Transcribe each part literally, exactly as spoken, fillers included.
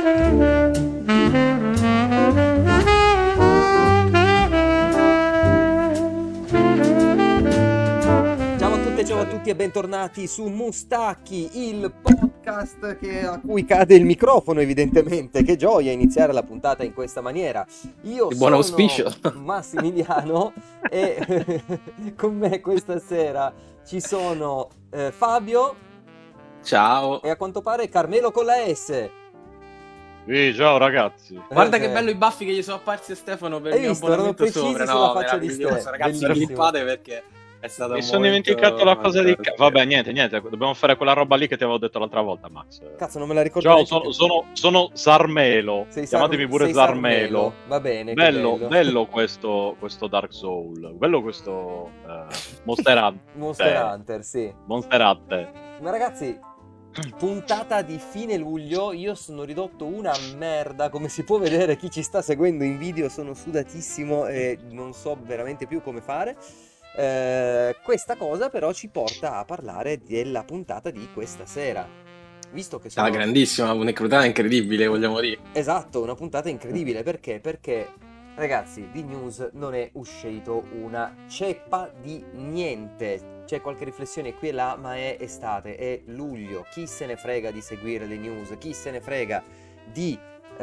Ciao a tutti e bentornati su Mustacchi, il podcast che, a cui cade il microfono evidentemente. Che gioia iniziare la puntata in questa maniera. Io Di buon sono auspicio. Massimiliano e con me questa sera ci sono eh, Fabio. Ciao. E a quanto pare Carmelo con la S. Sì, ciao ragazzi. Guarda Eh, che bello i baffi che gli sono apparsi a Stefano per Hai il mio visto? Erano abbonamento precisi sopra. sulla No, faccia di meraviglioso, Ste. ragazzi, Bellissimo. clippate perché è stato Mi un sono momento dimenticato la cosa di fantastico. Vabbè, niente, niente. Dobbiamo fare quella roba lì che ti avevo detto l'altra volta, Max. Cazzo, non me la ricordo Ciao, neanche sono, più. sono, sono Sarmelo. Sei Chiamatemi Sar- pure sei Sarmelo. Sarmelo. Va bene, che Bello, bello. bello questo, questo Dark Soul. Bello questo eh, Monster Hunter. Monster Hunter, sì. Monster Hunter. Ma ragazzi, puntata di fine luglio, io sono ridotto una merda, come si può vedere chi ci sta seguendo in video, sono sudatissimo e non so veramente più come fare. Eh, questa cosa però ci porta a parlare della puntata di questa sera. Visto che sono... Ah, grandissima, un'ecrutà incredibile, vogliamo dire. Esatto, una puntata incredibile, perché? Perché, ragazzi, di news non è uscito una ceppa di niente. C'è qualche riflessione qui e là, ma è estate, è luglio. Chi se ne frega di seguire le news? Chi se ne frega di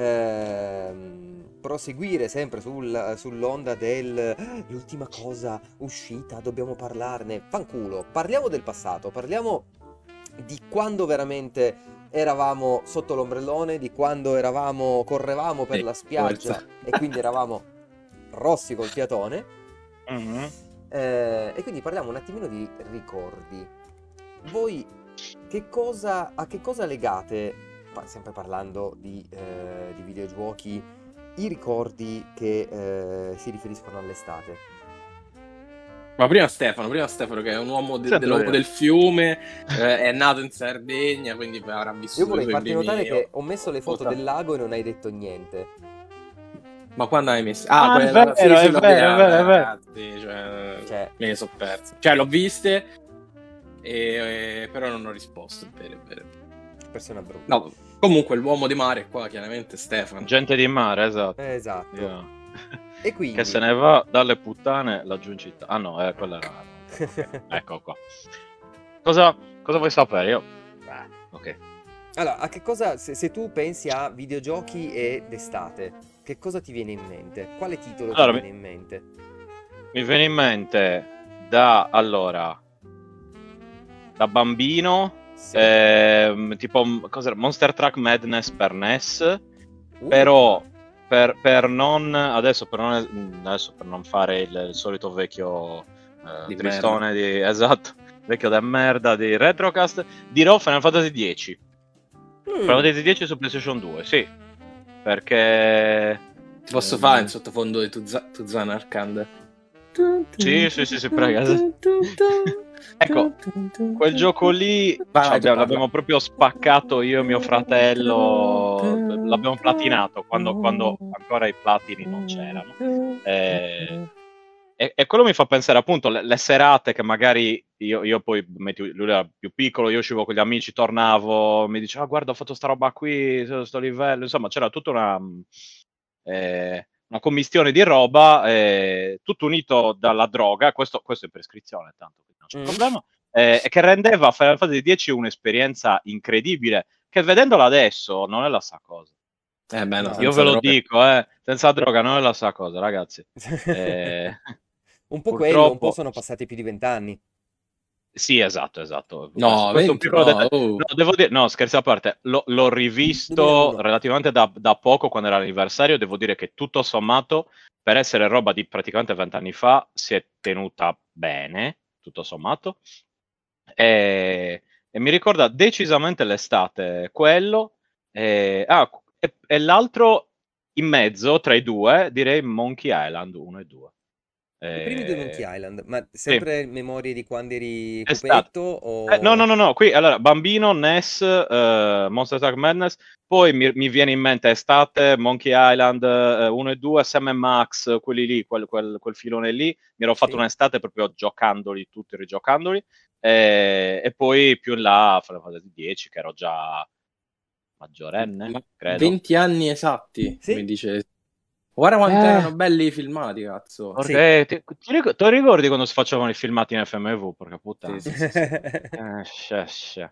ehm, proseguire sempre sul- sull'onda del l'ultima cosa uscita, dobbiamo parlarne? Fanculo, parliamo del passato, parliamo di quando veramente eravamo sotto l'ombrellone, di quando eravamo, correvamo per Sì, la spiaggia forza. e quindi eravamo rossi col fiatone. Mhm. Eh, e quindi parliamo un attimino di ricordi. Voi che cosa, a che cosa legate, pa- sempre parlando di, eh, di videogiochi, i ricordi che eh, si riferiscono all'estate? Ma prima Stefano, prima Stefano che è un uomo de- Sento dell'uomo io. del fiume, eh, è nato in Sardegna, quindi avrà Io vissuto i vorrei suoi farti primi... notare che ho messo le foto Cosa? del lago e non hai detto niente. Ma quando hai messo? Ah, Ah, è quella... Sì, vero, sì, è l'ho vero, è vero, è vista, vero. ragazzi, cioè... Cioè, Me ne sono perso. Cioè, l'ho viste, e, e- però non ho risposto, è vero, è vero. persona brutta. No, comunque l'uomo di mare è qua, chiaramente Stefano. Gente di mare, esatto. Eh, esatto. Io- E quindi... Che se ne va dalle puttane laggiù in città. Ah no, eh, quella era... ok. Ecco qua. Cosa, cosa vuoi sapere? Io... Beh, ok. Allora, a che cosa, se, se tu pensi a videogiochi ed estate, che cosa ti viene in mente? Quale titolo Allora, ti mi- viene in mente? Mi viene in mente da allora da bambino Sì. ehm, tipo m- cos'era? Monster Truck Madness per N E S, Uh, però per, per non adesso per non, adesso per non fare il, il solito vecchio eh, Di tristone di esatto, vecchio da merda di Retrocast, dirò Final Fantasy dieci. mm, Final Fantasy dieci su PlayStation due, sì, perché Ti posso ehm, fare in sottofondo di Tuza- Tuzan Arcand? Sì, sì, sì, sì, prega. Ecco, quel gioco lì Vai, cioè, vai, tu abbiamo- parla. l'abbiamo proprio spaccato io e mio fratello, l'abbiamo platinato quando, quando ancora i platini non c'erano. Eh, e, e quello mi fa pensare appunto le, le serate che magari io, io poi, metti- lui era più piccolo, io uscivo con gli amici, tornavo, mi diceva guarda ho fatto sta roba qui, sto livello, insomma c'era tutta una... eh, una commistione di roba, eh, tutto unito dalla droga, questo, questo è prescrizione, tanto quindi non c'è mm. problema, eh, e che rendeva Final Fantasy dieci un'esperienza incredibile, che vedendola adesso non è la sa cosa. Eh beh, no, No. Io senza ve lo droga. dico, eh, senza droga non è la sa cosa, ragazzi. Eh, Un po' quello, un po' purtroppo... sono passati più di vent'anni. Sì, esatto, esatto. Questo, No, questo è un venti, piccolo no. dettaglio. Oh. No, devo dire, no, scherzi a parte, l'ho, l'ho rivisto duemilauno. relativamente da, da poco, quando era l'anniversario. Devo dire che tutto sommato, per essere roba di praticamente vent'anni fa, si è tenuta bene, tutto sommato. E, e mi ricorda decisamente l'estate quello. E, ah, e, e l'alro in mezzo, tra i due, direi Monkey Island uno e due. I primi due Monkey Eh, Island, ma sì. sempre memorie di quando eri Estate. pupetto Eh, no, no, o... no, no, qui allora bambino, N E S, eh, Monster Truck Madness, poi mi, mi viene in mente estate, Monkey Island eh, uno e due, Sam e Max, quelli lì, quel, quel, quel filone lì, mi ero fatto Sì? un'estate proprio giocandoli, tutti rigiocandoli, eh, e poi più in là Final Fantasy dieci, che ero già maggiorenne, Ma credo. venti anni esatti, Sì. mi dice. Guarda quanto Eh. erano belli i filmati, cazzo. Sì. Perché ti, ti ric- te lo ricordi quando si facevano i filmati in F M V? Porca puttana. Sì, sì, sì, sì. Eh, sce, sce.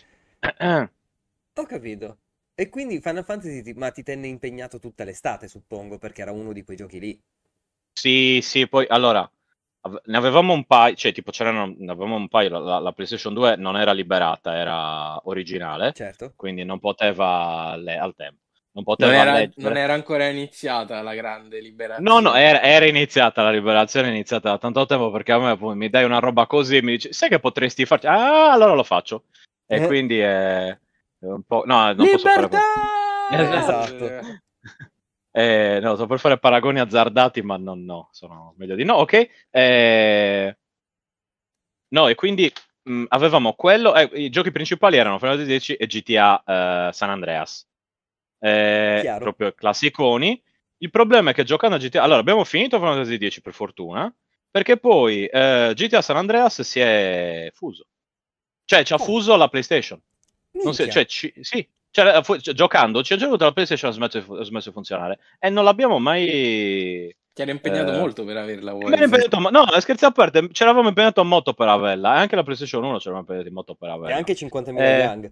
Ho capito. E quindi Final Fantasy, ti- ma ti tenne impegnato tutta l'estate, suppongo, perché era uno di quei giochi lì. Sì, sì, poi allora av- ne avevamo un paio, cioè tipo c'erano, ne avevamo un paio, la, la- la PlayStation due non era liberata, era originale, Certo. quindi non poteva le- al tempo, non Non poteva era, non leggere. era ancora iniziata la grande No, no, liberazione. era, era iniziata la liberazione, è iniziata da tanto tempo perché a me appunto, mi dai una roba così e mi dici, sai che potresti farci? Ah, allora lo faccio. E Eh, quindi è è un po'... No, non posso fare Libertà! questo. esatto. Eh, no, sto per fare paragoni azzardati, ma non, no, sono meglio di no, ok? Eh, no, e quindi mh, avevamo quello, eh, i giochi principali erano Final Fantasy dieci e G T A eh, San Andreas, eh, Chiaro. proprio classiconi. Il problema è che giocando a G T A, allora abbiamo finito Final Fantasy dieci per fortuna, perché poi eh, G T A San Andreas si è fuso, cioè ci ha Come? fuso la PlayStation. Non si, Minchia. cioè, ci, sì, cioè, fu- cioè, giocando ci è giocato la PlayStation, ha smesso, di fu- ha smesso di funzionare e non l'abbiamo mai. Ti eri impegnato Eh, molto per averla, me ne vuoi? impegnato, mo- no, scherzi a parte, ci eravamo impegnato molto per averla, e anche la PlayStation uno ci eravamo impegnati molto per E averla. anche cinquantamila Eh, Young.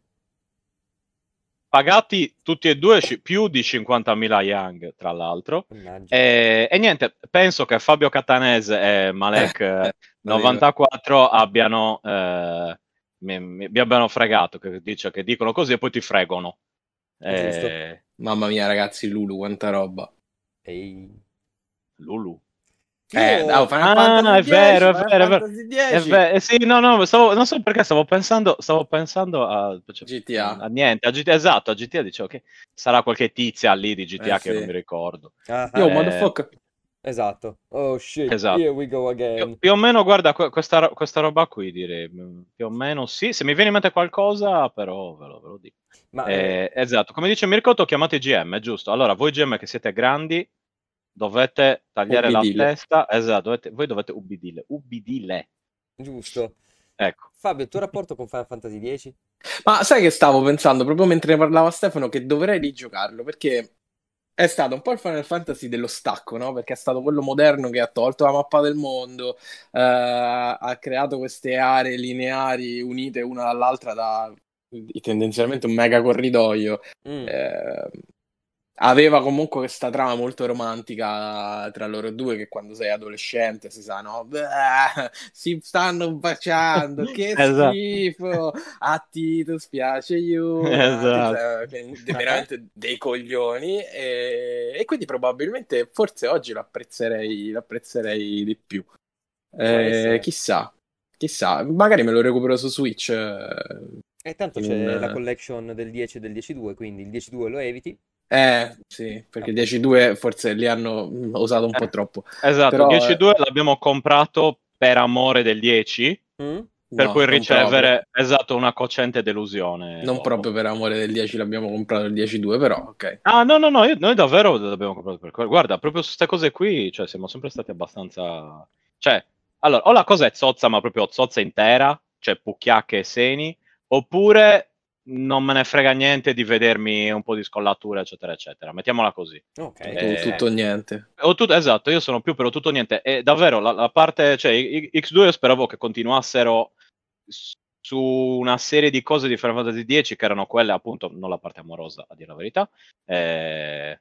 pagati tutti e due ci- più di cinquantamila Young, tra l'altro. Mannaggia. E, e niente, penso che Fabio Catanese e Malek eh, Lo dico. novantaquattro abbiano, eh, mi, mi- mi abbiano fregato, che, dice, che dicono così e poi ti fregano. Giusto. Eh, Mamma mia, ragazzi, Lulu, quanta roba. Ehi. Lulu. Eh, Io... oh, Final Ah, Fantasy è vero, dieci, è Final vero, è vero. Fantasy È dieci. vero, eh, sì, no, no, stavo- non so perché stavo pensando, stavo pensando a, cioè, G T A. a niente, a G T A, esatto, a G T A dicevo che sarà qualche tizia lì di Eh G T A che io non sì. mi ricordo. Ah, Yo, ah. Eh, motherfucker. Esatto. Oh shit, esatto. here we go Più, again. più o meno, guarda, que- questa, ro- questa roba qui direi, mm, più o meno sì, se mi viene in mente qualcosa, però ve lo, ve lo dico. Ma eh, Eh, esatto, come dice Mirko, chiamate G M, giusto? Allora, voi G M che siete grandi, dovete tagliare la Ubbidile. testa, esatto, dovete- voi dovete ubbidire, ubbidile, giusto. ecco. Fabio, il tuo rapporto con Final Fantasy dieci? Ma sai che stavo pensando proprio mentre ne parlava Stefano che dovrei rigiocarlo perché è stato un po' il Final Fantasy dello stacco, no? Perché è stato quello moderno che ha tolto la mappa del mondo, eh, ha creato queste aree lineari unite una dall'altra da tendenzialmente un mega corridoio. Mm. Eh, aveva comunque questa trama molto romantica tra loro due che quando sei adolescente si sa, no? Beh, si stanno baciando, che Esatto. schifo! A Titus piace Yuna, Esatto. cioè, veramente dei coglioni e, e quindi probabilmente forse oggi lo apprezzerei, lo apprezzerei di più. Può Eh, essere. chissà, chissà, magari me lo recupero su Switch eh, E tanto in c'è la un... collection del dieci e del dieci due, quindi il dieci due lo eviti. Eh, sì, A perché posto. dieci due forse li hanno mm, usato un po' Eh, troppo. esatto, Però, dieci eh, due l'abbiamo comprato per amore del dieci, Mm? per no, poi non proprio. ricevere, esatto, una cocente delusione Non dopo. proprio per amore del dieci l'abbiamo comprato il dieci due, però, ok. Ah, no, no, no, io- noi davvero l'abbiamo comprato per quello. Guarda, proprio su queste cose qui, cioè, siamo sempre stati abbastanza... Cioè, allora, o la cosa è zozza, ma proprio zozza intera, cioè pucchiacche e seni, oppure non me ne frega niente di vedermi un po' di scollature, eccetera, eccetera. Mettiamola così. Ok, Tu- ci Eh, sta. tutto o niente. o tutto, esatto, io sono più per tutto o niente. E davvero, la, la parte, cioè, i- i- X due io speravo che continuassero s- su una serie di cose di Final Fantasy dieci che erano quelle, appunto, non la parte amorosa, a dire la verità. Eh,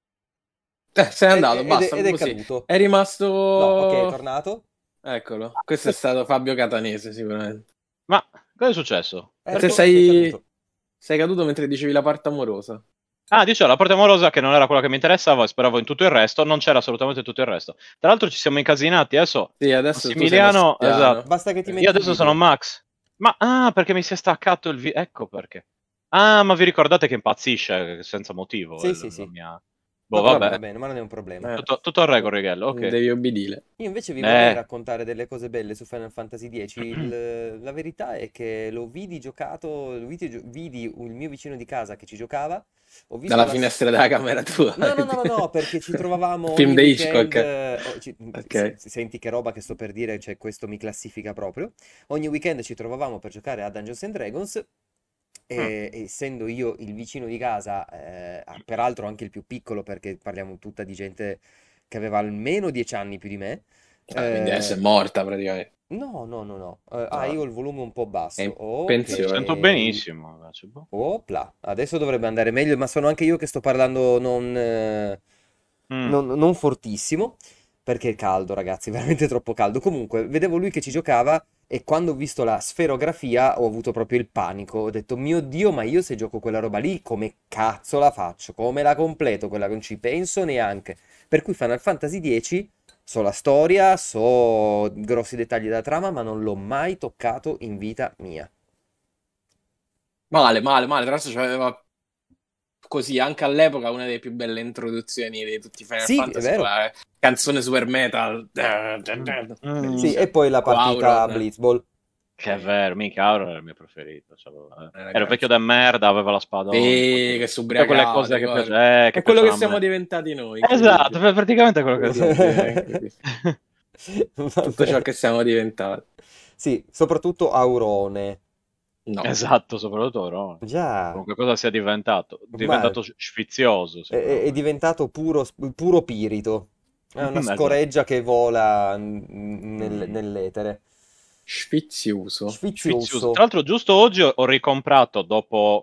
Eh, sei Ed, andato, ed è, basta, ed è così. caduto. È No, ok, è rimasto... tornato. Eccolo, questo è E- stato Fabio Catanese, sicuramente. ma cosa è successo? Eh, Te Perché? sei, sei sei... caduto. sei caduto mentre dicevi la parte amorosa. Ah, dicevo, la parte amorosa che non era quella che mi interessava, speravo in tutto il resto, non c'era assolutamente tutto il resto. Tra l'altro ci siamo incasinati, adesso Sì, adesso tu sei Massimiliano, Massimiliano. esatto. Basta che ti Eh, Io metti il adesso sono video. Max. Ma, ah, perché mi si è staccato il video, ecco perché. Ah, ma vi ricordate che impazzisce senza motivo Sì, il- sì, la sì. mia... Boh, Va bene, vabbè, va bene, ma non è un problema. eh, tutto, tutto a regola, Righello, ok. devi obbedire. Io invece vi vorrei Eh, raccontare delle cose belle su Final Fantasy dieci. Il- la verità è che lo vidi giocato, lo vidi, gio- vidi il mio vicino di casa che ci giocava. Ho visto Dalla la... s- finestra della camera tua. No, no, no, no, no, perché ci trovavamo Film ogni di weekend. Hitchcock. eh, oh, ci- se- Ok. se- senti che roba che sto per dire, cioè questo mi classifica proprio. Ogni weekend ci trovavamo per giocare a Dungeons and Dragons. e essendo io il vicino di casa, eh, ah, peraltro anche il più piccolo, perché parliamo tutta di gente che aveva almeno dieci anni più di me. Ah, quindi adesso è eh, morta praticamente. no, no, no, no. Eh, ah, No, io ho il volume un po' è in basso. Mi pensione. sento Ok. benissimo. invece, boh. Opla, adesso dovrebbe andare meglio, ma sono anche io che sto parlando non, eh, Mm. non- non fortissimo, perché è caldo, ragazzi, veramente troppo caldo. Comunque, vedevo lui che ci giocava e quando ho visto la sferografia ho avuto proprio il panico. Ho detto, mio Dio, ma io se gioco quella roba lì, come cazzo la faccio? Come la completo? Quella che non ci penso neanche. Per cui Final Fantasy dieci, so la storia, so grossi dettagli della trama, ma non l'ho mai toccato in vita mia. Male, male, male. Tra l'altro c'aveva così anche all'epoca una delle più belle introduzioni di tutti i Final Sì, è Fantasy con vero. la canzone super metal. Mm. Mm. Sì, Bellissima. e poi la Con partita Auron. Blitzball. Che è vero, mica Auron era il mio preferito. C'avevo- eh. Eh, Era vecchio ragazzi. da merda, aveva la spadona. Sì, Tutte che si tutte quelle ubriacava, ti cose che, ricordi? piace- eh, che È quello che piacciono a siamo me. diventati noi, Esatto, incredibile. è praticamente quello che siamo. Praticamente sì. Tutto ciò Vabbè. che siamo diventati. Sì, soprattutto Aurone. No. Esatto, soprattutto ora. Già, Qualunque cosa sia diventato. ma Diventato sfizioso, è, è- è sicuramente. diventato puro, puro pirito. È una Esatto. scoreggia che vola n- nel- Mm. nell'etere. Sfizioso. Sfizioso. Sfizioso. Tra l'altro, giusto oggi ho ho ricomprato dopo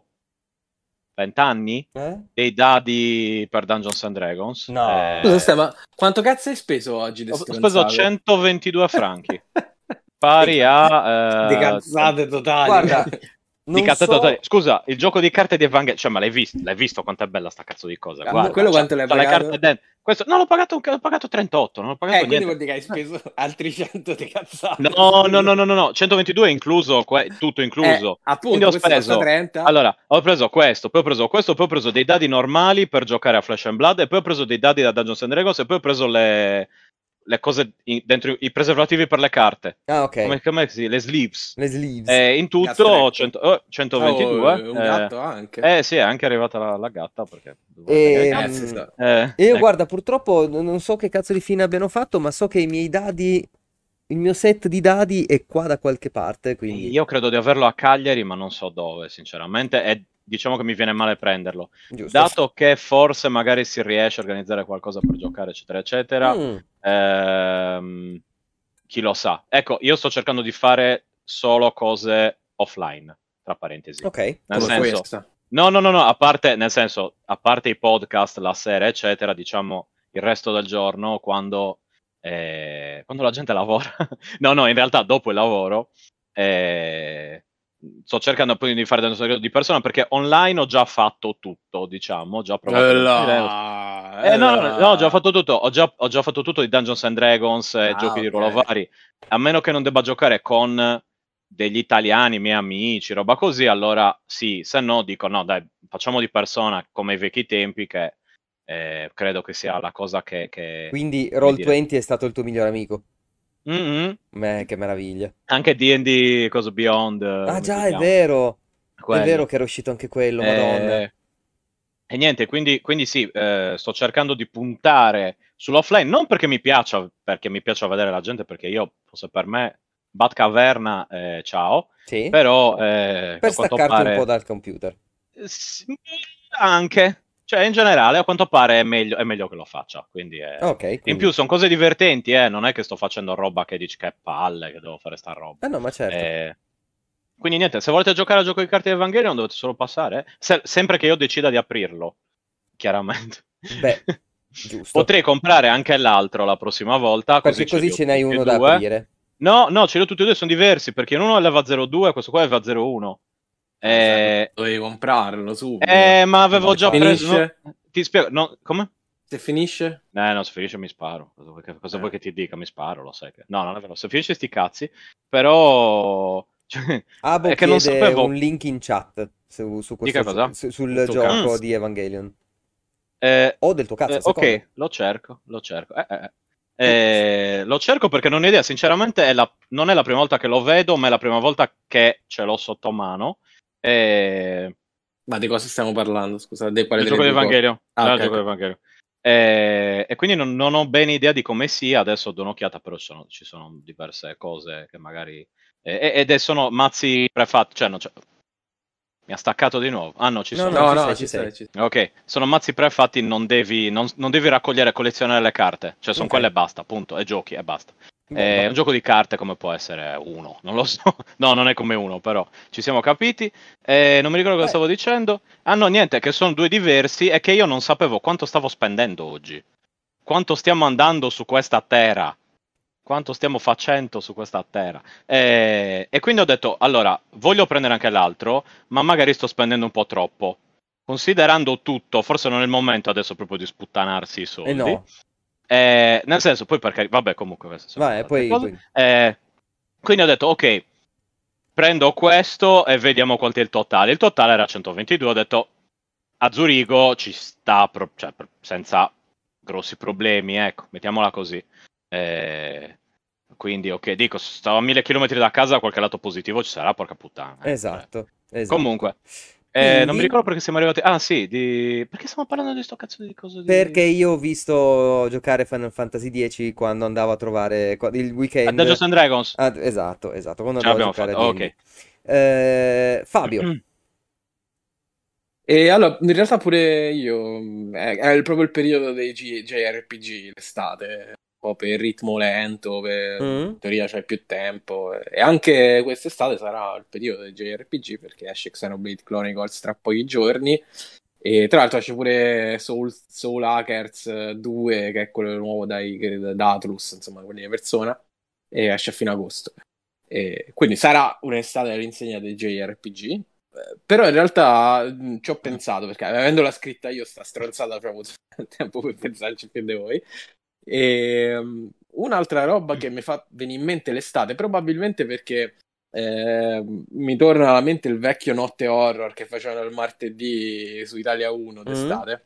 vent'anni Eh? dei dadi per Dungeons and Dragons. Scusa, No. Eh, stai, ma quanto cazzo hai speso oggi di ho ho speso stronzate? centoventidue franchi, Di pari ca- di a eh, cazzate totali. Guarda, di non cazzate totali. so. Scusa, il gioco di carte di Evangelion, cioè, ma l'hai visto? L'hai visto quanto è bella sta cazzo di cosa? Ah, no- Guarda, quello c'ha, quanto l'hai c'ha le carte pagato? dentro. Questo, no, l'ho pagato, l'ho pagato trentotto, non ho pagato Eh, quindi niente. vuol dire che hai speso altri cento di cazzate, No, no, scusa. no, no, no, no, centoventidue è incluso, que- tutto Eh, incluso. Quindi appunto, ho questo costa speso, trenta. allora, ho preso questo, poi ho preso questo, poi ho preso dei dadi normali per giocare a Flesh and Blood, e poi ho preso dei dadi da Dungeons and Dragons, e poi ho preso le, le cose in- dentro i preservativi per le carte. Ah, ok. Come, come si Le sleeves. Le sleeves. Eh, in tutto ho Gastrecco. cento oh, Oh, centoventidue. un Eh, gatto anche. eh, sì, è anche arrivata la, la gatta, perché dovrei tenere i Eh, gatti. si Ehm, sa. Eh, io ecco. guarda, purtroppo n- non so che cazzo di fine abbiano fatto, ma so che i miei dadi, il mio set di dadi è qua da qualche parte, quindi Io credo di averlo a Cagliari, ma non so dove, sinceramente, e diciamo che mi viene male prenderlo. giusto. Dato che forse magari si riesce a organizzare qualcosa per giocare, eccetera, eccetera, Mm, ehm, chi lo sa. Ecco, io sto cercando di fare solo cose offline, tra parentesi. ok, Nel Come giusto. senso, questa. no, no, no, no, a parte, nel senso, a parte i podcast, la sera, eccetera, diciamo il resto del giorno, quando, eh, quando la gente lavora. No, no, in realtà dopo il lavoro, eh, sto cercando appunto di fare Dungeons and Dragons di persona, perché online ho già fatto tutto, diciamo, ho già provato Eh Dungeons and Dragons. là, Eh, eh no, no, no, ho già là. fatto tutto, ho già, ho già fatto tutto di Dungeons and Dragons, eh, Ah, giochi di ok. ruolo vari, a meno che non debba giocare con degli italiani, miei amici, roba così, allora sì, se no dico no, dai, facciamo di persona come ai vecchi tempi, che eh, credo che sia la cosa che, che, Quindi come roll dire, venti è stato il tuo migliore amico. mm-mm. Beh, che meraviglia. Anche D and D, cosa Beyond, eh, Ah, come si già, è chiama? vero. È vero Quello. che era uscito anche quello, Madonna. Eh, E niente, quindi, quindi sì, eh, sto cercando di puntare sull'offline, non perché mi piaccia, perché mi piace vedere la gente, perché io, forse per me, Batcaverna, eh, ciao, Sì? però eh, Per a quanto staccarti un po' pare dal computer. eh, sì, anche, cioè in generale, a quanto pare è meglio, è meglio che lo faccia, quindi è- Ok, in più quindi. sono cose divertenti, eh, non è che sto facendo roba che dici che palle, che devo fare sta roba. Ah no, ma certo. Eh, quindi niente, se volete giocare a gioco di carte di Evangelion dovete solo passare, eh. Se- sempre che io decida di aprirlo, chiaramente. Beh, giusto. Potrei comprare anche l'altro la prossima volta, Perché così ce così li ho ce n'hai tutti e uno da due. aprire. No, no, ce li ho tutti e due, sono diversi, perché uno aveva zero due, questo qua aveva zero uno. Eh, sai, Eh, dovevi comprarlo subito. eh, ma avevo Se già preso... no, finisce? ti spiego, no, come? Se finisce? Eh, no, se finisce mi sparo. Cosa vuoi che, cosa vuoi Eh. che ti dica? Mi sparo, lo sai che... No, non è vero. Se finisce sti cazzi, però... cioè, Abo è che non chiede un sapevo... link in chat su, su Dica questo, cosa? su- Il sul tuo gioco Mm, cazzo. di Evangelion. eh, O del tuo cazzo, eh, a seconda. ok, lo cerco, lo cerco. Eh, eh, eh. Giusto. Eh, lo cerco perché non ho idea, sinceramente è la- non è la prima volta che lo vedo, ma è la prima volta che ce l'ho sotto mano. Eh, Ma di cosa stiamo parlando? Scusa, di quale il delle gioco di due cose? Evangelio. Ah, No, ok, il gioco di ok. Evangelio. Eh, e quindi non, non ho bene idea di come sia, adesso do un'occhiata, però ci sono, ci sono diverse cose che magari... eh, ed è- sono mazzi prefatti, cioè, non c'è- Mi ha staccato di nuovo. Ah no, ci No, sono. no, No, ci no, sei, ci ci sei. sei, ci sei. Ok, sono mazzi prefatti, non devi, non, non devi raccogliere e collezionare le carte. Cioè, sono Ok. quelle e basta, punto. E giochi e basta. Bomba. È un gioco di carte come può essere uno, non lo so. No, non è come uno, però ci siamo capiti. Eh, non mi ricordo cosa Beh. stavo dicendo. Ah no, niente, che sono due diversi e che io non sapevo quanto stavo spendendo oggi. Quanto stiamo andando su questa terra. Quanto stiamo facendo su questa terra. Eh, e quindi ho detto, allora, voglio prendere anche l'altro, ma magari sto spendendo un po' troppo. Considerando tutto, forse non è il momento adesso proprio di sputtanarsi i E soldi. no. Eh, nel senso, poi perché, vabbè, comunque queste sono Vai, altre poi, cose. poi. Eh, quindi ho detto, ok, prendo questo e vediamo quanto è il totale. Il totale era centoventidue, ho detto, a Zurigo ci sta, pro- cioè, pro- senza grossi problemi, ecco, mettiamola così. Eh, quindi, ok, dico, stavo a mille chilometri da casa, qualche lato positivo ci sarà, porca puttana. eh, cioè. Esatto, esatto. Comunque, eh, non mi Quindi, ricordo perché siamo arrivati. Ah, sì, di... perché stiamo parlando di sto cazzo di cose perché di. io ho visto giocare Final Fantasy dieci quando andavo a trovare qua- il Ah, Dungeons weekend. and Dragons. Ah, esatto, esatto, quando Ce andavo a l'abbiamo giocare a fatta, D and D. ok. Eh, Fabio, E allora, in realtà pure io, mh, è, è il- proprio il periodo dei G- J R P G, l'estate, un po' per il ritmo lento, per- mm? in teoria c'è più tempo, e anche quest'estate sarà il periodo dei J R P G perché esce Xenoblade Chronicles tra pochi giorni, e tra l'altro c'è pure Soul, Soul Hackers due, che è quello nuovo dai, da Atlus, insomma, quelli di Persona, e esce a fine agosto. E quindi sarà un'estate all'insegna dei J R P G. Eh, Però in realtà mh, ci ho pensato, perché avendola scritta io sta stronzata proprio avuto tempo per pensarci più di voi. E um, un'altra roba che mi fa venire in mente l'estate, probabilmente perché eh, mi torna alla mente il vecchio notte horror che facevano il martedì su Italia uno Mm? d'estate,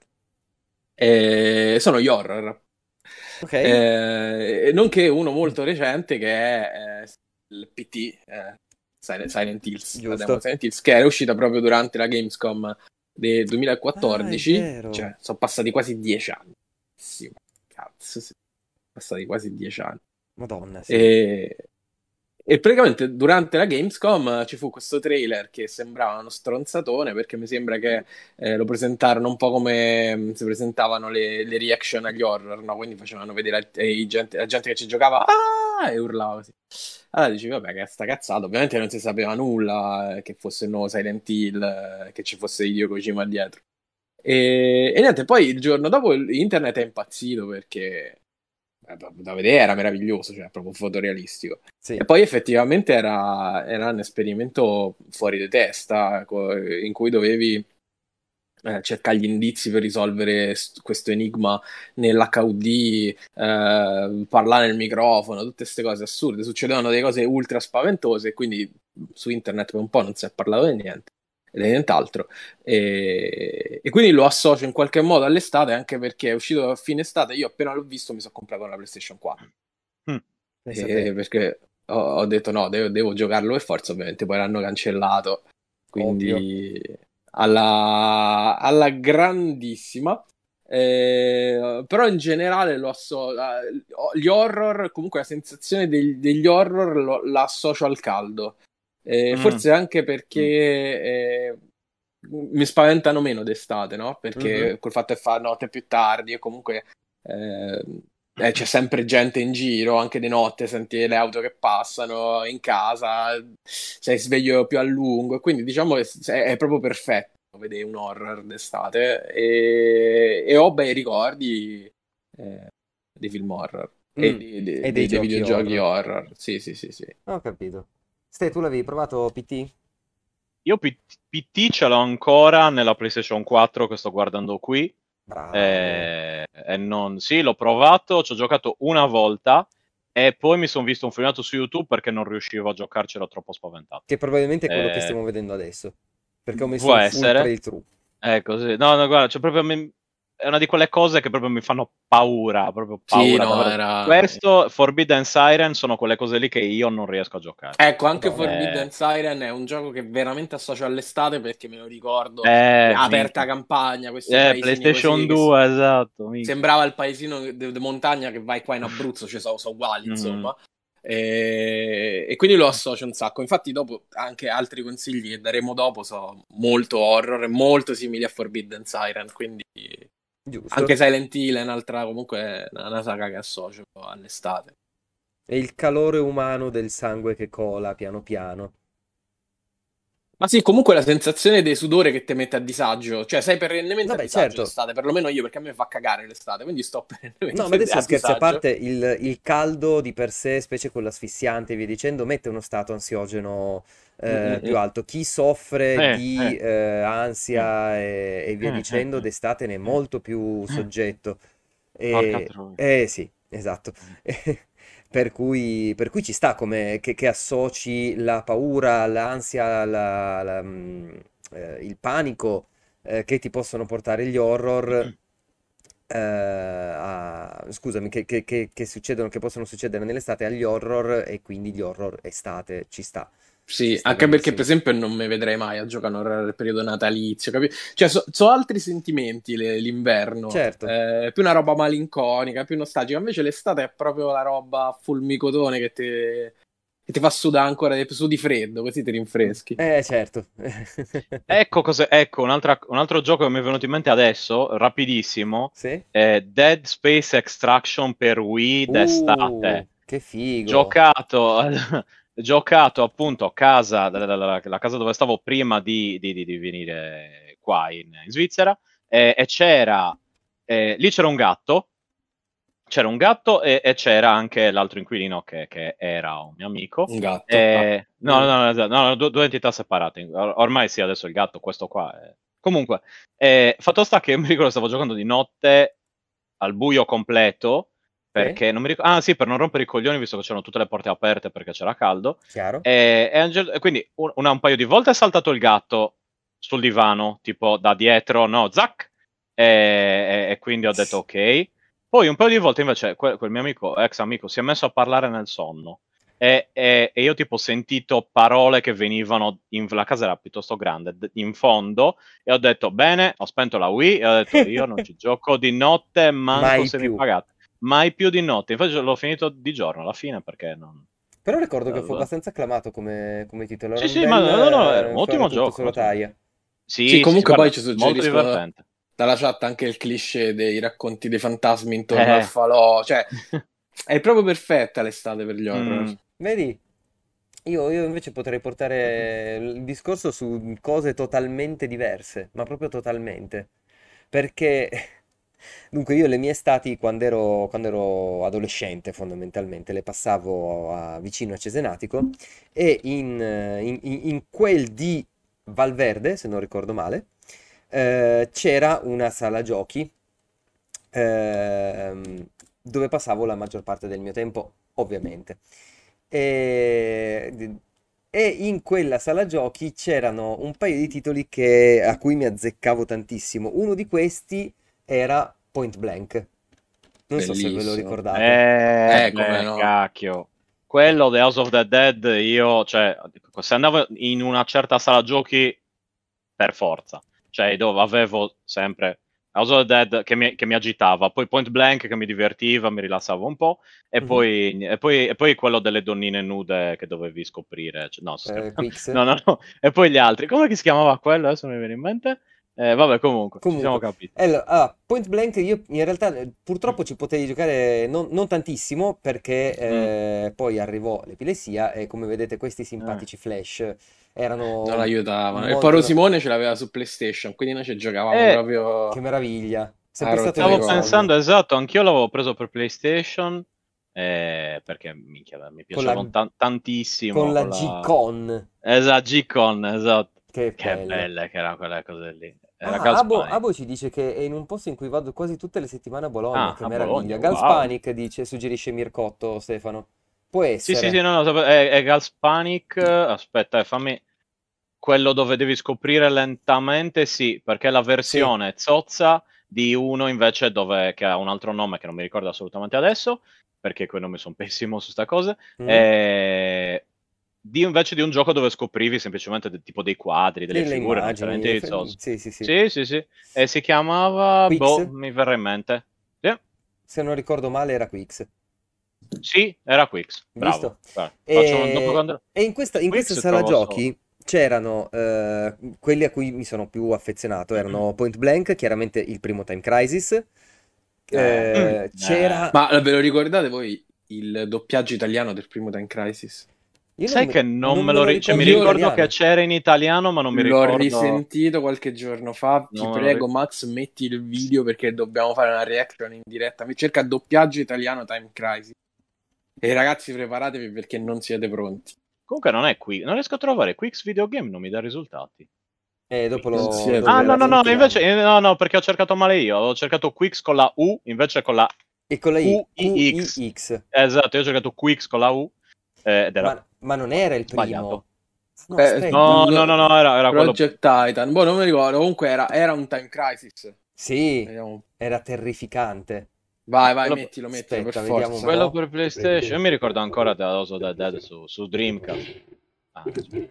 e sono gli horror. Ok, Eh, nonché uno molto recente che è eh, il P T, eh, Silent, Silent Hills, la demo di giusto. Silent Hills, che era uscita proprio durante la Gamescom del Ah, è duemilaquattordici, vero. cioè sono passati quasi dieci anni. Sì, cazzo, sì. Passati quasi dieci anni. Madonna, sì. E, e praticamente durante la Gamescom ci fu questo trailer che sembrava uno stronzatone, perché mi sembra che eh, lo presentarono un po' come mh, si presentavano le, le reaction agli horror, no? Quindi facevano vedere a- ai gente- la gente che ci giocava "Ah!" e urlava così. Allora dici, vabbè, che sta cazzata. Ovviamente non si sapeva nulla, eh, che fosse il nuovo Silent Hill, eh, che ci fosse Hideo Kojima dietro. E, e niente, poi il giorno dopo il- internet è impazzito perché eh, da da vedere era meraviglioso, cioè proprio fotorealistico. E Sì. poi effettivamente era, era un esperimento fuori di testa, co- in cui dovevi eh, cercare gli indizi per risolvere st- questo enigma nell'H U D, eh, parlare nel microfono, tutte queste cose assurde. Succedevano delle cose ultra spaventose e quindi su internet per un po' non si è parlato di niente, di nient'altro. E, e quindi lo associo in qualche modo all'estate, anche perché è uscito a fine estate. Io appena l'ho visto mi sono comprato una PlayStation quattro. Mm. Pensa a te. E perché ho, ho detto no, devo, devo giocarlo per forza, ovviamente poi l'hanno cancellato, Ovvio. quindi alla, alla grandissima. Eh, però in generale lo asso- eh, gli horror, comunque la sensazione degli, degli horror lo- la associo al caldo. Eh, Mm. forse anche perché Mm. eh, mi spaventano meno d'estate, no? Mhm. Perché col fatto che fa notte più tardi e comunque eh, eh, c'è sempre gente in giro, anche di notte senti le auto che passano in casa, sei sveglio più a lungo, e quindi diciamo che s- è proprio perfetto vedere un horror d'estate, e, e ho bei ricordi eh, dei film horror e Mm. di- di- E dei di- dei giochi videogiochi horror. horror. Sì, sì, sì, sì. Ho capito. Ste, tu l'avevi provato P T? Io P- PT ce l'ho ancora nella PlayStation quattro che sto guardando qui. Bravo. Eh, e non... Sì, l'ho provato, ci ho giocato una volta e poi mi sono visto un filmato su YouTube perché non riuscivo a giocarci, ero troppo spaventato. Che probabilmente è quello che Eh, stiamo vedendo adesso. Perché ho messo può un full essere. playthrough. È così. No, no, guarda, cioè proprio mi- è una di quelle cose che proprio mi fanno paura, proprio Sì, paura, no, davvero. era... Questo, Forbidden Siren, sono quelle cose lì che io non riesco a giocare. Ecco, anche Madonna. Eh, Forbidden Siren è un gioco che veramente associo all'estate perché me lo ricordo, eh, aperta minchia. campagna, questi Eh, paesini così PlayStation che s- due, esatto, minchia. sembrava il paesino di montagna che vai qua in Abruzzo, cioè sono uguali, Mhm. insomma. E, e quindi lo associo un sacco. Infatti, dopo anche altri consigli che daremo dopo sono molto horror e molto simili a Forbidden Siren. Quindi anche Giusto. Silent Hill è un'altra, comunque, è una saga che associo all'estate. E il calore umano del sangue che cola piano piano. Ma sì, comunque la sensazione di sudore che ti mette a disagio, cioè sei perennemente a Vabbè, disagio certo. l'estate, perlomeno io perché a me fa cagare l'estate, quindi sto No, ma perennemente adesso a scherzi a disagio. parte, il, il caldo di per sé, specie quello asfissiante e via dicendo, mette uno stato ansiogeno Mm, mm, eh, più mm. alto. Chi soffre Eh, di eh, eh, eh, ansia e, e via eh, eh, dicendo, eh, d'estate ne è eh, molto più eh. soggetto. Porca E, troia. eh sì, esatto. Per cui, per cui ci sta come che, che associ la paura, l'ansia, la- la, mm, eh, il panico eh, che ti possono portare gli horror, eh, a- scusami, che, che- che- che succedono, che possono succedere nell'estate agli horror e quindi gli horror estate, ci sta, ci Sì, sta anche perché per benissimo. esempio non mi vedrei mai a giocare nel periodo natalizio, capi? Cioè, so, so altri sentimenti le- l'inverno, Certo. eh, più una roba malinconica, più nostalgica, invece l'estate è proprio la roba fulmicotone che ti, che ti fa sudare ancora di più, su di freddo, così ti rinfreschi. Eh, certo. Ecco, cos'è- ecco un'altra- un altro gioco che mi è venuto in mente adesso, rapidissimo, Sì? è Dead Space Extraction per Wii Uh, d'estate. che figo. Giocato, giocato appunto a casa, la, la- la- la casa dove stavo prima di, di- di- di venire qua in, in Svizzera, e, e c'era, eh, lì c'era un gatto, c'era un gatto e, e c'era anche l'altro inquilino che, che era un mio amico. Un gatto. Ah. E- no, Mm. no, no, esatto, no, no, due, due entità separate. Or- ormai sì, adesso il gatto, questo qua. È... Comunque, eh, fatto sta che mi ricordo stavo giocando di notte al buio completo, Sì? perché non mi ricordo... Ah sì, per non rompere i coglioni, visto che c'erano tutte le porte aperte perché c'era caldo. Chiaro? E, e a un cer- e quindi un, una- un paio di volte è saltato il gatto sul divano, tipo da dietro, no, zac! E, e- e quindi ho detto ok. Poi un paio di volte invece quel, quel mio amico, ex amico, si è messo a parlare nel sonno. E, e- e io tipo ho sentito parole che venivano, in, la casa era piuttosto grande, d- in fondo, e ho detto bene, ho spento la Wii e ho detto io non ci gioco di notte, manco Mai se mi più. pagate, mai più di notte. Infatti l'ho finito di giorno alla fine perché non... Però ricordo che fu eh, abbastanza acclamato come, come titolo. Era sì, un sì, ma bel no, no, era un eh, fare ottimo tutto gioco, un sulla ottimo gioco. taglia. Sì, Sì, sì, sì, comunque poi guarda, ci molto suggeriscono divertente. dalla chat anche il cliché dei racconti dei fantasmi intorno al Eh. falò, cioè è proprio perfetta l'estate per gli horror. Mm. Vedi? Io, io invece potrei portare il discorso su cose totalmente diverse, ma proprio totalmente. Perché, dunque, io le mie estati quando ero, quando ero adolescente, fondamentalmente, le passavo a- vicino a Cesenatico e in, eh, in- in- in quel di Valverde, se non ricordo male, eh, c'era una sala giochi ehm, dove passavo la maggior parte del mio tempo, ovviamente. E, e in quella sala giochi c'erano un paio di titoli che- a cui mi azzeccavo tantissimo. Uno di questi era Point Blank. Non so se ve lo Bellissimo. ricordate. Eh, Eh, come beh, no. cacchio. Quello The House of the Dead, io, cioè, se andavo in una certa sala giochi, per forza. Cioè, dove avevo sempre House of the Dead che mi, che mi agitava, poi Point Blank che mi divertiva, mi rilassavo un po', e Mhm. poi, e poi, e poi quello delle donnine nude che dovevi scoprire. Cioè, no, Eh, scherzo. Quix. No, no, no. E poi gli altri. Come che si chiamava quello? Adesso non mi viene in mente. Eh, vabbè, comunque, ci siamo Comunque, capiti. allora, ah, Point Blank io in realtà eh, purtroppo ci potevi giocare non, non tantissimo perché Mm, eh, poi arrivò l'epilessia e come vedete questi eh. simpatici flash Non erano aiutavano. E poi molto... no- Simone ce l'aveva su PlayStation, quindi noi ci giocavamo E Che proprio meraviglia, a sempre stato il rottere i mio stavo coglioni. sogno. pensando, esatto, anch'io l'avevo preso per PlayStation, eh, perché minchia, mi Con la, piacevano tan- con tantissimo la con la... G-Con, Esatto, G-Con, esatto. che Che bello. belle che erano quelle cose lì. Era Ah, Abo, Galspani. Abo ci dice che è in un posto in cui vado quasi tutte le settimane a Bologna, Ah, che a meraviglia. Bologna, wow. Galspanic dice, suggerisce Mircotto, Stefano. Può Sì, sì, sì, essere. no, no, sape- è, è Galspanic. Aspetta, eh, fammi... Quello dove devi scoprire lentamente, sì, perché è la Sì. versione zozza di uno invece dove, che ha un altro nome che non mi ricordo assolutamente adesso, perché quei nomi sono pessimo su sta cosa, Mm? e... di invece di un gioco dove scoprivi semplicemente de- tipo dei quadri, delle Delle figure, non c'era immagini, niente di eff- zozzo. sì, sì, sì. Sì, sì, sì, e si chiamava, Quix, boh, mi verrà in mente. Sì. se non ricordo male era Quix. Sì, era Quix. Bravo. Visto? Guarda, faccio un dopo E, quando... e in questa, in questa Quix sala trovo solo. giochi c'erano eh, quelli a cui mi sono più affezionato, erano Point Blank, chiaramente il primo Time Crisis, Eh, Mm, eh, eh. c'era... ma ve lo ricordate voi il doppiaggio italiano del primo Time Crisis? Io non Sai me, che non non me me lo lo ri- cioè, mi ricordo in Io ricordo che italiano. c'era in italiano, ma non mi l'ho ricordo. risentito qualche giorno fa. Ti Non me lo prego, ricordo. Max, metti il video perché dobbiamo fare una reaction in diretta. Mi cerca doppiaggio italiano Time Crisis. E ragazzi, preparatevi perché non siete pronti. Comunque non è qui. Non riesco a trovare Quix Videogame, non mi dà risultati. E dopo Non Quix. lo, siete Ah, dopo no, lo no, no, pronti. cerchiamo. invece, eh, no, no, perché ho cercato male io. Ho cercato Quix con la U, invece con la E con la I, Q I X. Q I X. Esatto, io ho cercato Quix con la U eh, ed era Ma, ma non era il sbagliato. primo. No, Eh, No, aspetta. no, no, no, era, era quello. Project Titan. Boh, non mi ricordo. Comunque era, era un Time Crisis. Sì, Vediamo. era terrificante. Vai, vai, Quello, mettilo, mettilo per Aspetta, vediamo un forza. quello po'. per PlayStation. Io mi ricordo ancora The House of the Dead su, su Dreamcast. Ah, non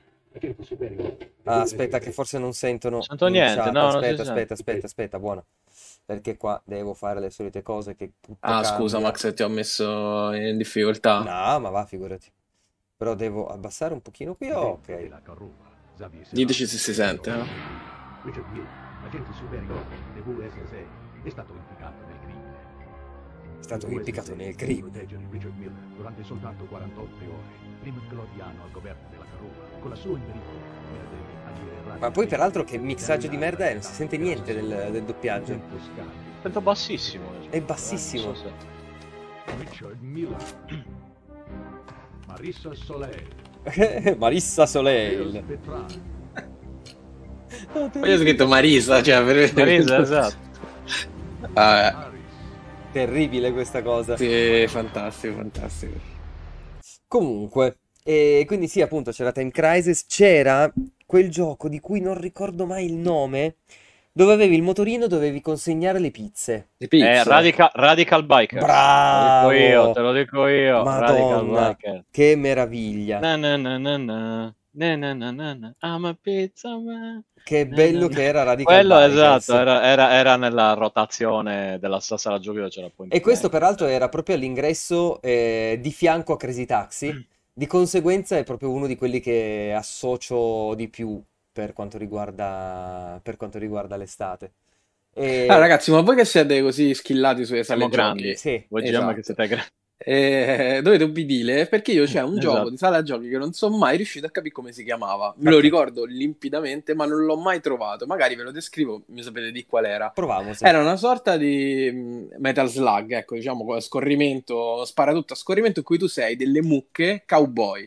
Ah, aspetta, che forse non sentono sento in niente, chat. no, non si Aspetta, sente. aspetta, aspetta, aspetta, buono. Perché qua devo fare le solite cose che tutto Ah, scusa, cambia. Max, ti ho messo in difficoltà. No, ma va, figurati. Però devo abbassare un pochino qui. Oh, ok. Diteci se si sente, eh. Richard Miller, agente superiore del V S sei, è stato impiccato nel crimine. È stato Il impiccato V S sei nel deve crimine. proteggere Richard Miller durante soltanto quarantotto ore, prima che lo diano al governo della Carrubba. Con la sua in pericolo, Miller deve agire Ma rapidamente. poi, peraltro, che mixaggio di merda è? Non si sente niente del, del doppiaggio. Agente Scardi, Sento bassissimo. È bassissimo. Non so se- Richard Miller, Marissa Soleil, Marissa Leo Soleil. Petrani, Poi ho scritto Marisa, cioè per... Marisa, esatto. Ah, Harris, Terribile questa cosa. sì, fantastico, fantastico. Comunque, e quindi sì, appunto, c'era Time Crisis, c'era quel gioco di cui non ricordo mai il nome, dove avevi il motorino, dovevi consegnare le pizze. Le Eh, pizze. Radical, Radical Bikers. Bravo! Te lo dico io, te lo dico io. Radical Madonna, Bikers. che meraviglia. Na na na na na. Na na na na na. I'm a pizza man. Che Na, bello na, na. che era Radical Quello Bikers. esatto, era, era, era nella rotazione della stessa sala giochi dove c'era Point E questo Blank. peraltro era proprio all'ingresso eh, di fianco a Crazy Taxi, di conseguenza è proprio uno di quelli che associo di più per quanto riguarda, per quanto riguarda l'estate. Ah, E... ragazzi, ma voi che siete così skillati sulle Siamo sale grandi. giochi? Sì, Voi G M che Esatto. siete grandi. Eh, dovete obbedire perché io c'è un Esatto. gioco di sala giochi che non sono mai riuscito a capire come si chiamava. Me lo Ok. ricordo limpidamente, ma non l'ho mai trovato. Magari ve lo descrivo, mi sapete di qual era. proviamo. Sì. Era una sorta di mm, Metal Slug, ecco, diciamo, con scorrimento, sparatutto a scorrimento in cui tu sei delle mucche cowboy.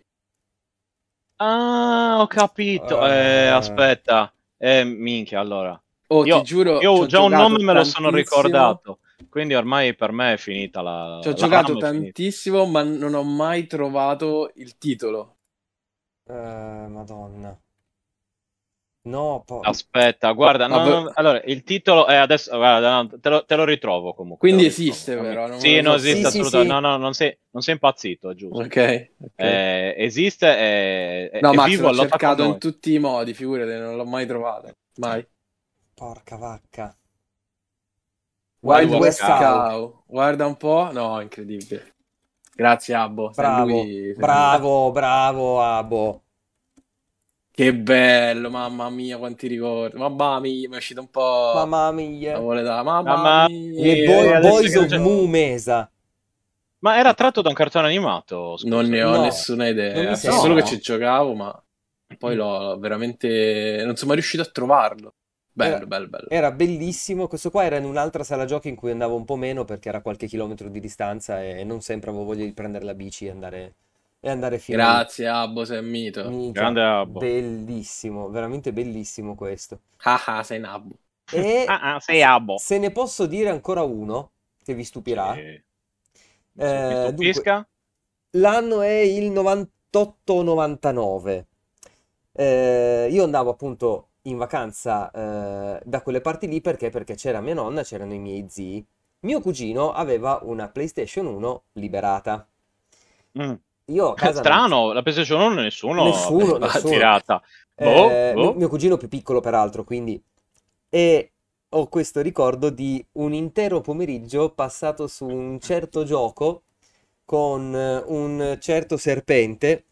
Ah, ho capito. Ah. Eh, aspetta. Eh, minchia, allora. Oh, Io, ti giuro, ci io ho già un giocato nome me lo sono tantissimo. ricordato. Quindi ormai per me è finita la, Ci ho la giocato rama è finita. tantissimo, ma non ho mai trovato il titolo. Eh, Madonna. No, po- Aspetta, guarda, no, Vabbè. no, allora il titolo è adesso, guarda, no, te, lo, te lo ritrovo comunque. Quindi te lo ritrovo. esiste, Non mi- però, non me Sì, lo no, so esiste Sì, sì, assolutamente. sì. No, no, non sei, non sei impazzito, è giusto. Ok, ok. Eh, esiste, è, è- No, è Max, vivo l'ho e lotta con cercato in noi. tutti i modi, figurati, non l'ho mai trovato. Mai. Porca vacca. Wild, Wild West West Cow. Cow. Guarda un po'. No, incredibile. Grazie, Abbo. Sei Bravo, lui, sei lui. bravo, bravo, Abo. Che bello, mamma mia, quanti ricordi. Mamma mia, mi è uscito un po'... Mamma La mia. vuole da... Mamma Mamma mia. Le mia, Boy- adesso Boys che of c'è- Moo Mesa. Ma era tratto da un cartone animato, scusa. Non ne ho No, nessuna non mi idea. So sembra. solo che No? ci giocavo, ma poi l'ho veramente... Non sono mai riuscito a trovarlo. Bello, Era, bello, bello. era bellissimo. Questo qua era in un'altra sala giochi in cui andavo un po' meno perché era a qualche chilometro di distanza e non sempre avevo voglia di prendere la bici e andare, e andare fino lì. Grazie, Abbo, sei un mito. Minchia, Grande Abbo. bellissimo, veramente bellissimo questo. Ah, ah, sei un Abbo. E Ah, ah, sei Abbo. se ne posso dire ancora uno che vi stupirà. Sì. Mi Eh, dunque, stupisca? l'anno è il novantotto novantanove. Eh, io andavo appunto in vacanza eh, da quelle parti lì perché? Perché c'era mia nonna, c'erano i miei zii. Mio cugino aveva una PlayStation uno liberata. Mm. Io a casa non... Strano, la PlayStation uno nessuno Nessuno, l'ha nessuno. tirata. Boh, Eh, boh. mio, mio cugino più piccolo peraltro, quindi... E ho questo ricordo di un intero pomeriggio passato su un certo gioco con eh, un certo serpente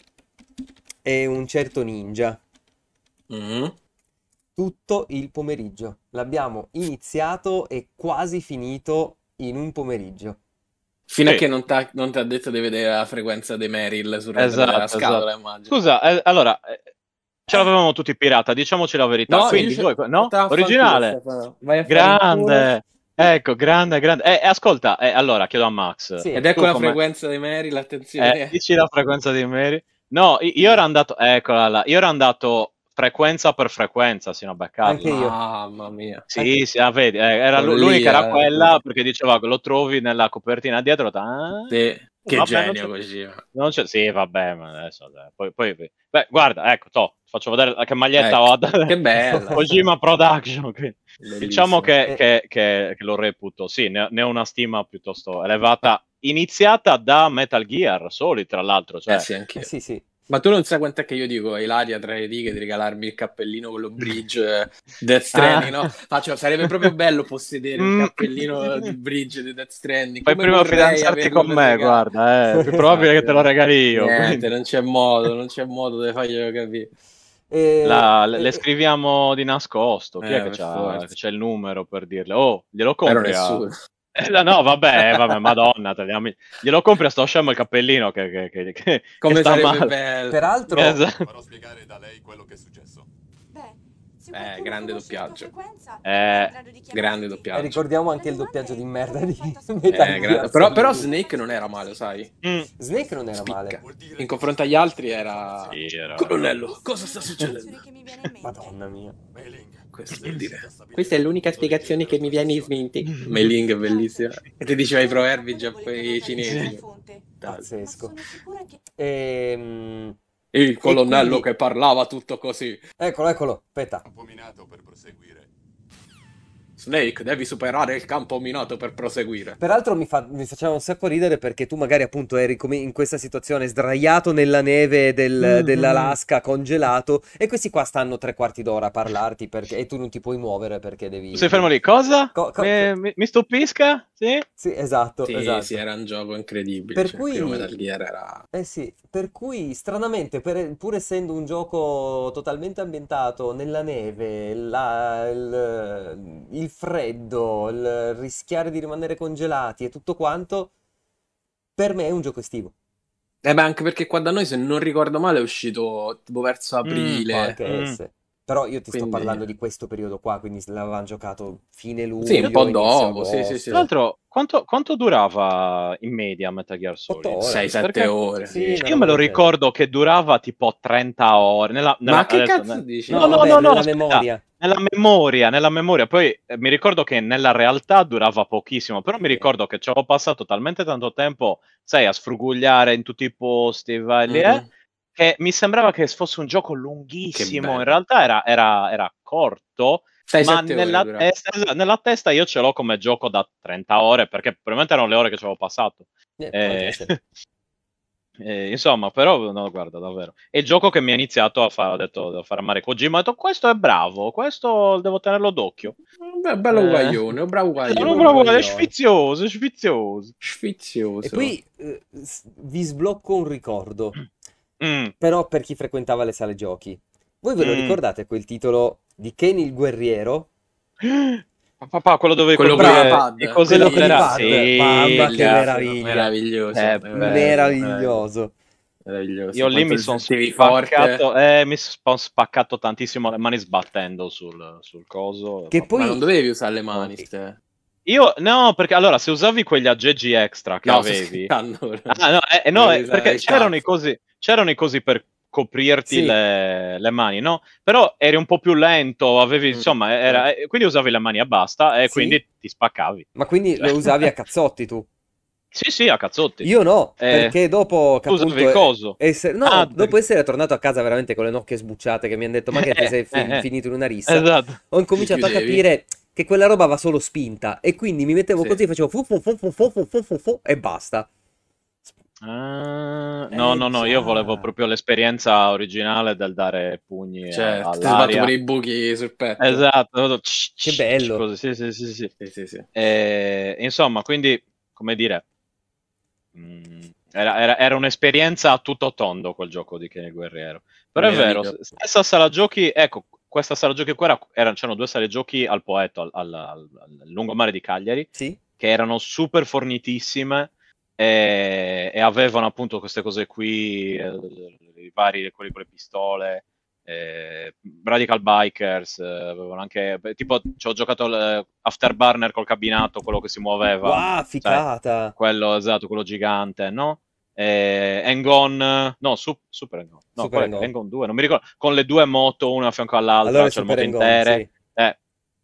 e un certo ninja. Mm. Tutto il pomeriggio. L'abbiamo iniziato e quasi finito in un pomeriggio. Fino a Sì. che non ti ha detto di vedere la frequenza dei Meryl sul retro della Esatto, scatola, esatto. immagino. Scusa, eh, allora, eh, ce l'avevamo tutti pirata, diciamoci la verità. No, Quindi io voi, no? vattene a fanculo, Originale? Stefano. Vai a fare in culo. Grande! Ecco, grande, grande. Eh, ascolta, eh, allora chiedo a Max, Sì. Ed ecco tu la come... frequenza dei Meryl, Eh, attenzione. dici la frequenza di Mary? No, i- io ero andato, eccola là, io ero andato frequenza per frequenza sino a Anche beccarla. io. Mamma mia. Sì, sì, ah, vedi, eh, era l'u- l'unica era Follia. quella perché diceva che lo trovi nella copertina dietro. Ah, Sì, che vabbè, non genio c'è, così. non c'è, sì, vabbè, ma adesso, dai, poi, poi, beh, guarda, ecco, to, ti faccio vedere che maglietta ho. Ecco, che bella. Kojima Production. quindi. Diciamo Bellissimo. che, Eh, che- che- che lo reputo, sì, ne, ne ho una stima piuttosto elevata, iniziata da Metal Gear Solid, tra l'altro, Eh cioè, sì, eh anch'io. sì, sì. Ma tu non sai quant'è che io dico a Ilaria tra le righe di regalarmi il cappellino con lo bridge eh, Death Stranding, ah. no? Faccio, sarebbe proprio bello possedere un Mm. cappellino di bridge di Death Stranding. Fai Come prima vorrei fidanzarti averlo con per me, regalo. guarda, è più probabile che Infatti, te lo no. regali io. Niente, Quindi. non c'è modo, non c'è modo di farglielo capire. E- La- le le e- scriviamo di nascosto. Chi è Eh, che per c'ha, che forza. c'ha il numero per dirle? Oh, glielo Però compri a... nessuno. Eh, no, no, vabbè, vabbè, madonna, teniamo- glielo compri a sto scemo il cappellino che, che- che- che- che Come sta sarebbe male. bello. Peraltro, Esatto. Farò spiegare da lei quello che è successo. Beh, se Eh, qualcuno grande conosce la tua doppiaggio. frequenza, Eh, è in grado di Grande chiamarti. e doppiaggio. ricordiamo anche La il domanda doppiaggio è di cosa merda ti ha di fatto ascoltare Metal Eh, la gra- Gear tua però, però Solid. Snake non era male, sai? Mm, Snake non era Spicca. male. Vuol dire In che confronto ci agli sono altri delle era... informazioni. sì, era- Colonnello, cosa sta Informazione succedendo? che mi viene in mente. Madonna mia. Mei-Ling, Questo sei vuol dire. riuscita a stabilire Questa è il l'unica punto d'origine spiegazione che della mi tua viene in storia. mente. Mei-Ling è bellissima. E ti diceva i proverbi Purtroppo devo giapponesi ritornare cinesi. alla fonte, ma Pazzesco. sono sicura che Ehm, E il E colonnello quindi, che parlava tutto così. eccolo, eccolo, aspetta. Campo minato per proseguire. Snake, devi superare il campo minato per proseguire. Peraltro mi, fa- mi faceva un sacco ridere perché tu magari appunto eri come in questa situazione sdraiato nella neve del- Mm, dell'Alaska congelato e questi qua stanno tre quarti d'ora a parlarti perché, e tu non ti puoi muovere perché Tu devi... sei fermo devi- lì, cosa? Co- co- co- Mi, mi- mi stupisca? Sì? Sì, esatto, Sì, sì, esatto. era un gioco incredibile. Per Cioè, il primo cui, Metal Gear era... eh sì, per cui stranamente, per- pur essendo un gioco totalmente ambientato nella neve, la- il, il freddo, il rischiare di rimanere congelati e tutto quanto, per me è un gioco estivo. Eh beh, anche perché qua da noi, se non ricordo male, è uscito tipo verso Mm, Può aprile. anche mm. essere. Però io ti sto Quindi... parlando di questo periodo qua, quindi l'avevamo giocato fine Sì, un po' luglio, inizio dopo, sì, sì, sì. Tra agosto. l'altro, quanto, quanto durava in media Metal Gear Otto Solid? ore. sei sette Perché ore. Sì, una io me roba lo del genere. ricordo che durava tipo trenta ore. Nella, nella- Ma che adesso, cazzo ne- dici? No, no, no, vabbè, no, no, nella aspetta. memoria. Nella memoria, nella memoria. Poi eh, mi ricordo che nella realtà durava pochissimo, però mi Sì. ricordo che ci avevo passato talmente tanto tempo, sai, a sfrugugliare in tutti i posti, vai lì, eh, Mm-mm. che mi sembrava che fosse un gioco Che lunghissimo. In bello. realtà era, era- era corto, sei ma sette ore nella dura. testa, esatto, nella testa io ce l'ho come gioco da trenta ore, perché probabilmente erano le ore che ci avevo passato. Eh, può anche Eh, essere. eh, insomma, però, no, guarda, davvero. È il gioco che mi ha iniziato a fare, ho detto, devo fare amare Kojima, ho detto, questo è bravo, questo devo tenerlo d'occhio. Beh, bello Eh, guaglione, un bravo no, guaglione. no, Un bravo, è guaglione. sfizioso, è sfizioso. E Sfizioso. poi eh, s- vi sblocco un ricordo, Mm, però per chi frequentava le sale giochi. Voi ve lo mm. ricordate quel titolo di Ken il guerriero? Papà, quello dove Quello con i colpire pad, i cosi Quello con i bellissimo. laterali. pad, Sì, mamma che cazzo. meraviglia, Meraviglioso, È è bello. meraviglioso. meraviglioso. Io lì Quanto mi ti sono sentivi forte. spaccato, eh, mi sono spaccato tantissimo le mani sbattendo sul, sul coso. Che Vabbè. Ma non poi, dovevi usare le mani, ste. Io, no, perché allora, se usavi quegli aggeggi extra che No, sto avevi... scherzando. Ah, no, eh, no, Dovevi eh, usare perché il c'erano i cazzo. cosi, c'erano i cosi per coprirti sì, le, le mani, no? Però eri un po' più lento, avevi, Mm, insomma, era, certo. eh, quindi usavi le mani e basta e sì, quindi ti spaccavi. ma quindi Cioè, lo usavi a cazzotti tu? sì, sì, a cazzotti. Io no, Eh, perché dopo che tu usavi appunto il è- coso. essere, no, Ah, dopo essere tornato a casa veramente con le nocche sbucciate che mi hanno detto ma che ti eh, sei fi- eh, eh, finito in una rissa, esatto. ho incominciato a Chiudevi? capire che quella roba va solo spinta e quindi mi mettevo Sì. così, facevo fu fu fu fu fu fu fu fu fu e basta. Ah, no, Eh no, no, io volevo già. proprio l'esperienza originale del dare pugni a- Certo, ti sbatto all'aria. pure i buchi sul petto. Esatto, Che bello. così, sì, sì, sì, sì. Sì, sì, sì. E, insomma, quindi, come dire, mh, Era, era- era un'esperienza a tutto tondo quel gioco di Kenny Guerriero. Però è vero, Meraviglioso. s- stessa sala giochi, ecco, questa sala giochi qua era, erano, c'erano due sale giochi al Poetto, al, al- al- al lungomare di Cagliari, Sì? che erano super fornitissime e, e avevano appunto queste cose qui, eh, i vari, quelli con le pistole, eh, Radical Bikers, eh, avevano anche, beh, tipo, ci ho giocato al Afterburner col cabinato, quello che si muoveva, Wow, sai, ficata! quello esatto, quello gigante, no? Eh, Engon, no, su- Super Engon, no, Super qual è che- Hang-On. Engon due, non mi ricordo, con le due moto, una a fianco all'altra, Allora è cioè le Super moto Hang-On, intere, sì. eh,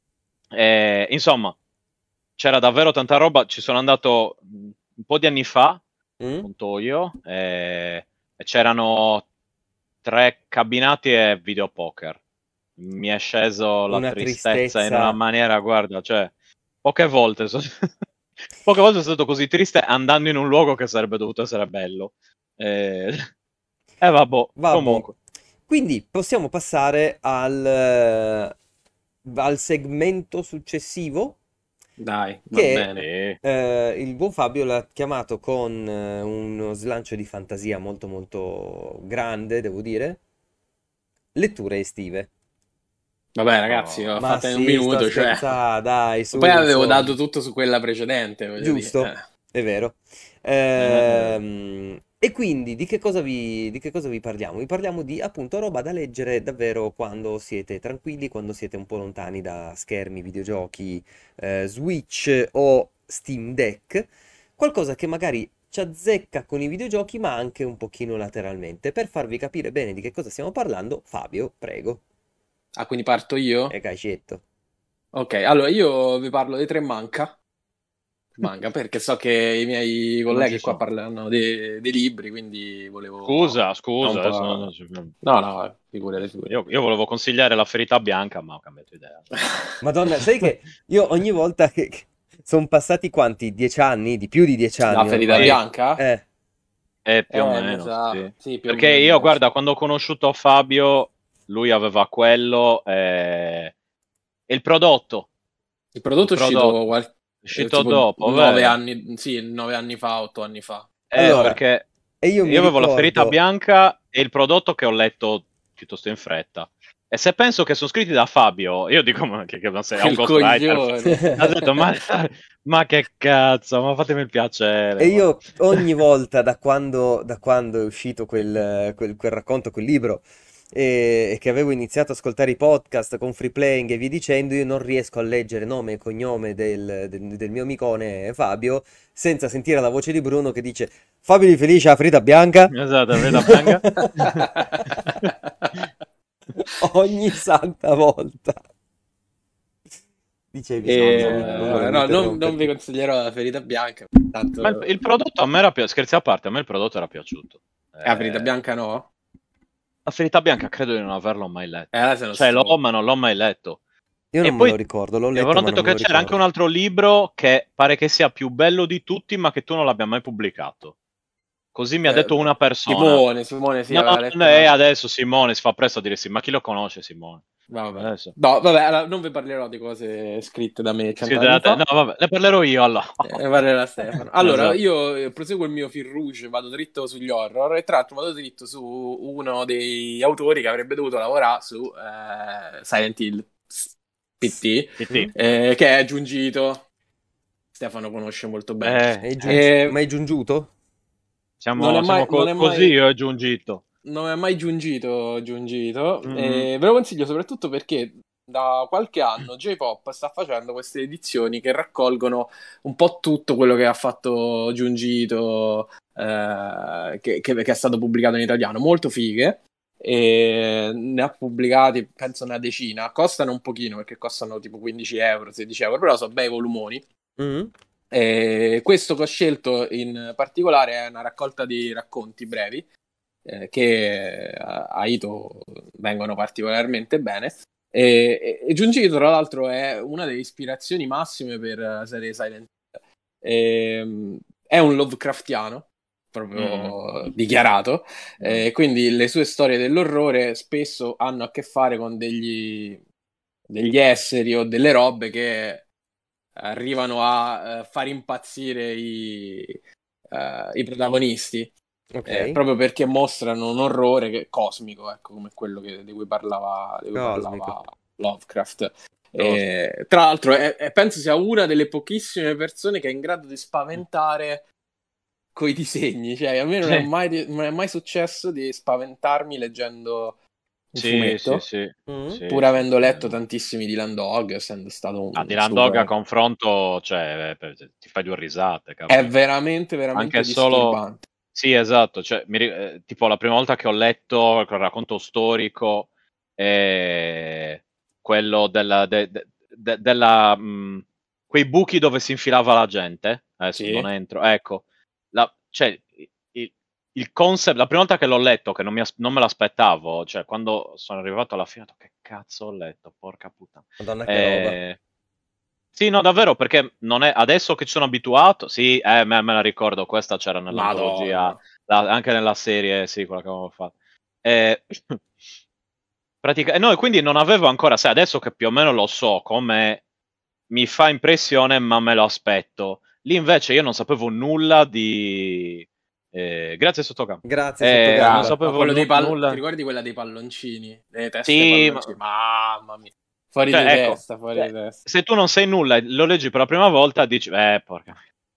eh, insomma, c'era davvero tanta roba, ci sono andato mh, un po' di anni fa, Mm? appunto io, eh, e c'erano tre cabinati e videopoker. Mi è sceso la Una tristezza in una tristezza. maniera, guarda, cioè, poche volte, so- poche volte sono stato così triste andando in un luogo che sarebbe dovuto essere bello. E, eh, vabbè, Vabbè. comunque. Quindi possiamo passare al, eh, al segmento successivo Dai, va che bene. Sì. eh, il buon Fabio l'ha chiamato con eh, uno slancio di fantasia molto molto grande, devo dire. Letture estive. Vabbè, ragazzi, Oh. l'ho Ma fatta in un sì, sto a minuto, cioè. scherzare, dai, Poi su, avevo dato insomma. tutto su quella precedente, voglio dire. Giusto, è vero. Eh, Ehm, e quindi di che cosa vi, di che cosa vi parliamo? Vi parliamo di appunto roba da leggere davvero quando siete tranquilli, quando siete un po' lontani da schermi, videogiochi, eh, Switch o Steam Deck. Qualcosa che magari ci azzecca con i videogiochi, ma anche un pochino lateralmente. Per farvi capire bene di che cosa stiamo parlando, Fabio, prego. Ah, quindi parto E io? cacetto. Ok, allora io vi parlo dei tre manca. Manga, perché so che i miei non ci colleghi qua sono. parlano dei, dei libri, quindi volevo Scusa, no, un scusa, adesso non- po'. non- No, no, figurati, figurati. io, io volevo consigliare La ferita bianca, ma ho cambiato idea. Madonna, sai che io ogni volta che... Sono passati quanti? Dieci anni? Di più di dieci La anni ferita ormai. Sì, bianca? Eh, eh, più o Eh, mi meno, sa, sì. sì, più o Perché meno, mi io, sa. guarda, quando ho conosciuto Fabio, lui aveva quello eh, e il prodotto, Il il prodotto è uscito prodotto, qual- è eh, uscito tipo dopo, nove vero? anni, sì, nove anni fa, otto anni fa. Eh, allora, perché e io mi io avevo La ferita ricordo... bianca e il prodotto che ho letto piuttosto in fretta. E se penso che sono scritti da Fabio, io dico, ma che, che ma sei, è un Quel ghostwriter. coglione. Ha detto, ma, ma che cazzo, ma fatemi il E piacere. Ma... io ogni volta da quando, da quando è uscito quel, quel- quel racconto, quel libro, e, e che avevo iniziato ad ascoltare i podcast con free playing e via dicendo, io non riesco a leggere nome e cognome del, del- del mio amicone Fabio senza sentire la voce di Bruno che dice Fabio di Felice, la ferita bianca. Esatto, la ferita bianca. Ogni santa volta. Dicevi, scusa, E, non Eh, vabbè, volevo no, non, non vi interromperti. consiglierò la ferita bianca, ma il, tanto il prodotto a me era piaciuto, scherzi a parte, a me il prodotto era piaciuto. la ferita Eh, bianca no? la ferita bianca credo di non averlo mai Eh, letto. allora sei uno Cioè, l'ho, stronzo. ma non l'ho mai letto. Io E non me poi lo ricordo, l'ho mi letto avevano ma non detto me lo che c'era anche un ricordo. altro libro che pare che sia più bello di tutti, ma che tu non l'abbia mai pubblicato. Così mi ha Eh, detto una persona. Simone, Simone sì, No, aveva letto e una... adesso Simone si fa presto a dire sì, ma chi lo conosce Simone? Vabbè. Adesso. No, vabbè, allora, non vi parlerò di cose scritte da me Scrivete cent'anni da te. fa. No, vabbè, ne parlerò io allora. Eh, ne parlerà Stefano. Allora, Esatto. io eh, proseguo il mio fil rouge, vado dritto sugli horror e tra l'altro vado dritto su uno dei autori che avrebbe dovuto lavorare su eh, Silent Hill P T, P T. Mm? eh, che è Giungito. Stefano conosce molto bene. Eh, È giungi- eh, ma E è giungiuto? non è siamo, mai, siamo non co- è così mai, io e Giungito. non è mai giungito, giungito. Mm-mm. E ve lo consiglio soprattutto perché da qualche anno J-Pop sta facendo queste edizioni che raccolgono un po' tutto quello che ha fatto Giungito, eh, che, che- che è stato pubblicato in italiano, molto fighe. E ne ha pubblicati, penso, una decina. Costano un pochino perché costano tipo quindici euro, sedici euro, però sono bei volumoni. Mm? E questo che ho scelto in particolare è una raccolta di racconti brevi eh, che a, a Ito vengono particolarmente bene. E, e, e Junji, tra l'altro, è una delle ispirazioni massime per la serie Silent Hill. E, è un Lovecraftiano, Mm. proprio dichiarato, Mm. e quindi le sue storie dell'orrore spesso hanno a che fare con degli, degli esseri o delle robe che arrivano a eh, far impazzire i, eh, i protagonisti, Ok. eh, proprio perché mostrano un orrore che- cosmico, ecco, come quello che- di cui parlava, di cui Cosmico. parlava Lovecraft. E, tra l'altro, è- è- penso sia una delle pochissime persone che è in grado di spaventare coi disegni. Cioè, a me non è Sì. mai, non è mai successo di spaventarmi leggendo un Sì, fumetto, sì, sì. Mm? Sì, pur sì, avendo sì. letto tantissimi Dylan Dog, essendo stato un, Ah, un Dylan Dog a super... confronto, cioè, eh, ti fai due risate, È cavolo. veramente, veramente Anche solo... disturbante. Sì, esatto, cioè, mi ri- eh, tipo la prima volta che ho letto il racconto storico, eh, quello della, de- de- de- della, mh, quei buchi dove si infilava la gente, adesso Sì. non entro, ecco, la, cioè, il, il concept, la prima volta che l'ho letto, che non, mi as- non me l'aspettavo, cioè quando sono arrivato alla fine, ho detto, che cazzo ho letto, porca puttana. Madonna, che roba. Eh, sì, no, davvero, perché non è adesso che ci sono abituato. Sì, eh, me, me la ricordo, questa c'era nell'antologia, Madonna. la- anche nella serie, sì, quella che avevo fatto. Eh, pratica- e no, e quindi non avevo ancora, sai, adesso che più o meno lo so come mi fa impressione, ma me lo aspetto. Lì invece io non sapevo nulla di. Eh, grazie Sottocampo. Grazie, Eh, non Ah, sottocampo. ma sapevo quello dei nu- pal- ti nulla. ricordi quella dei palloncini? Le teste Sì, palloncini. ma. Mamma mia. Fuori di Cioè, ecco, testa, fuori cioè, di testa. se tu non sai nulla e lo leggi per la prima volta, dici, eh, porca.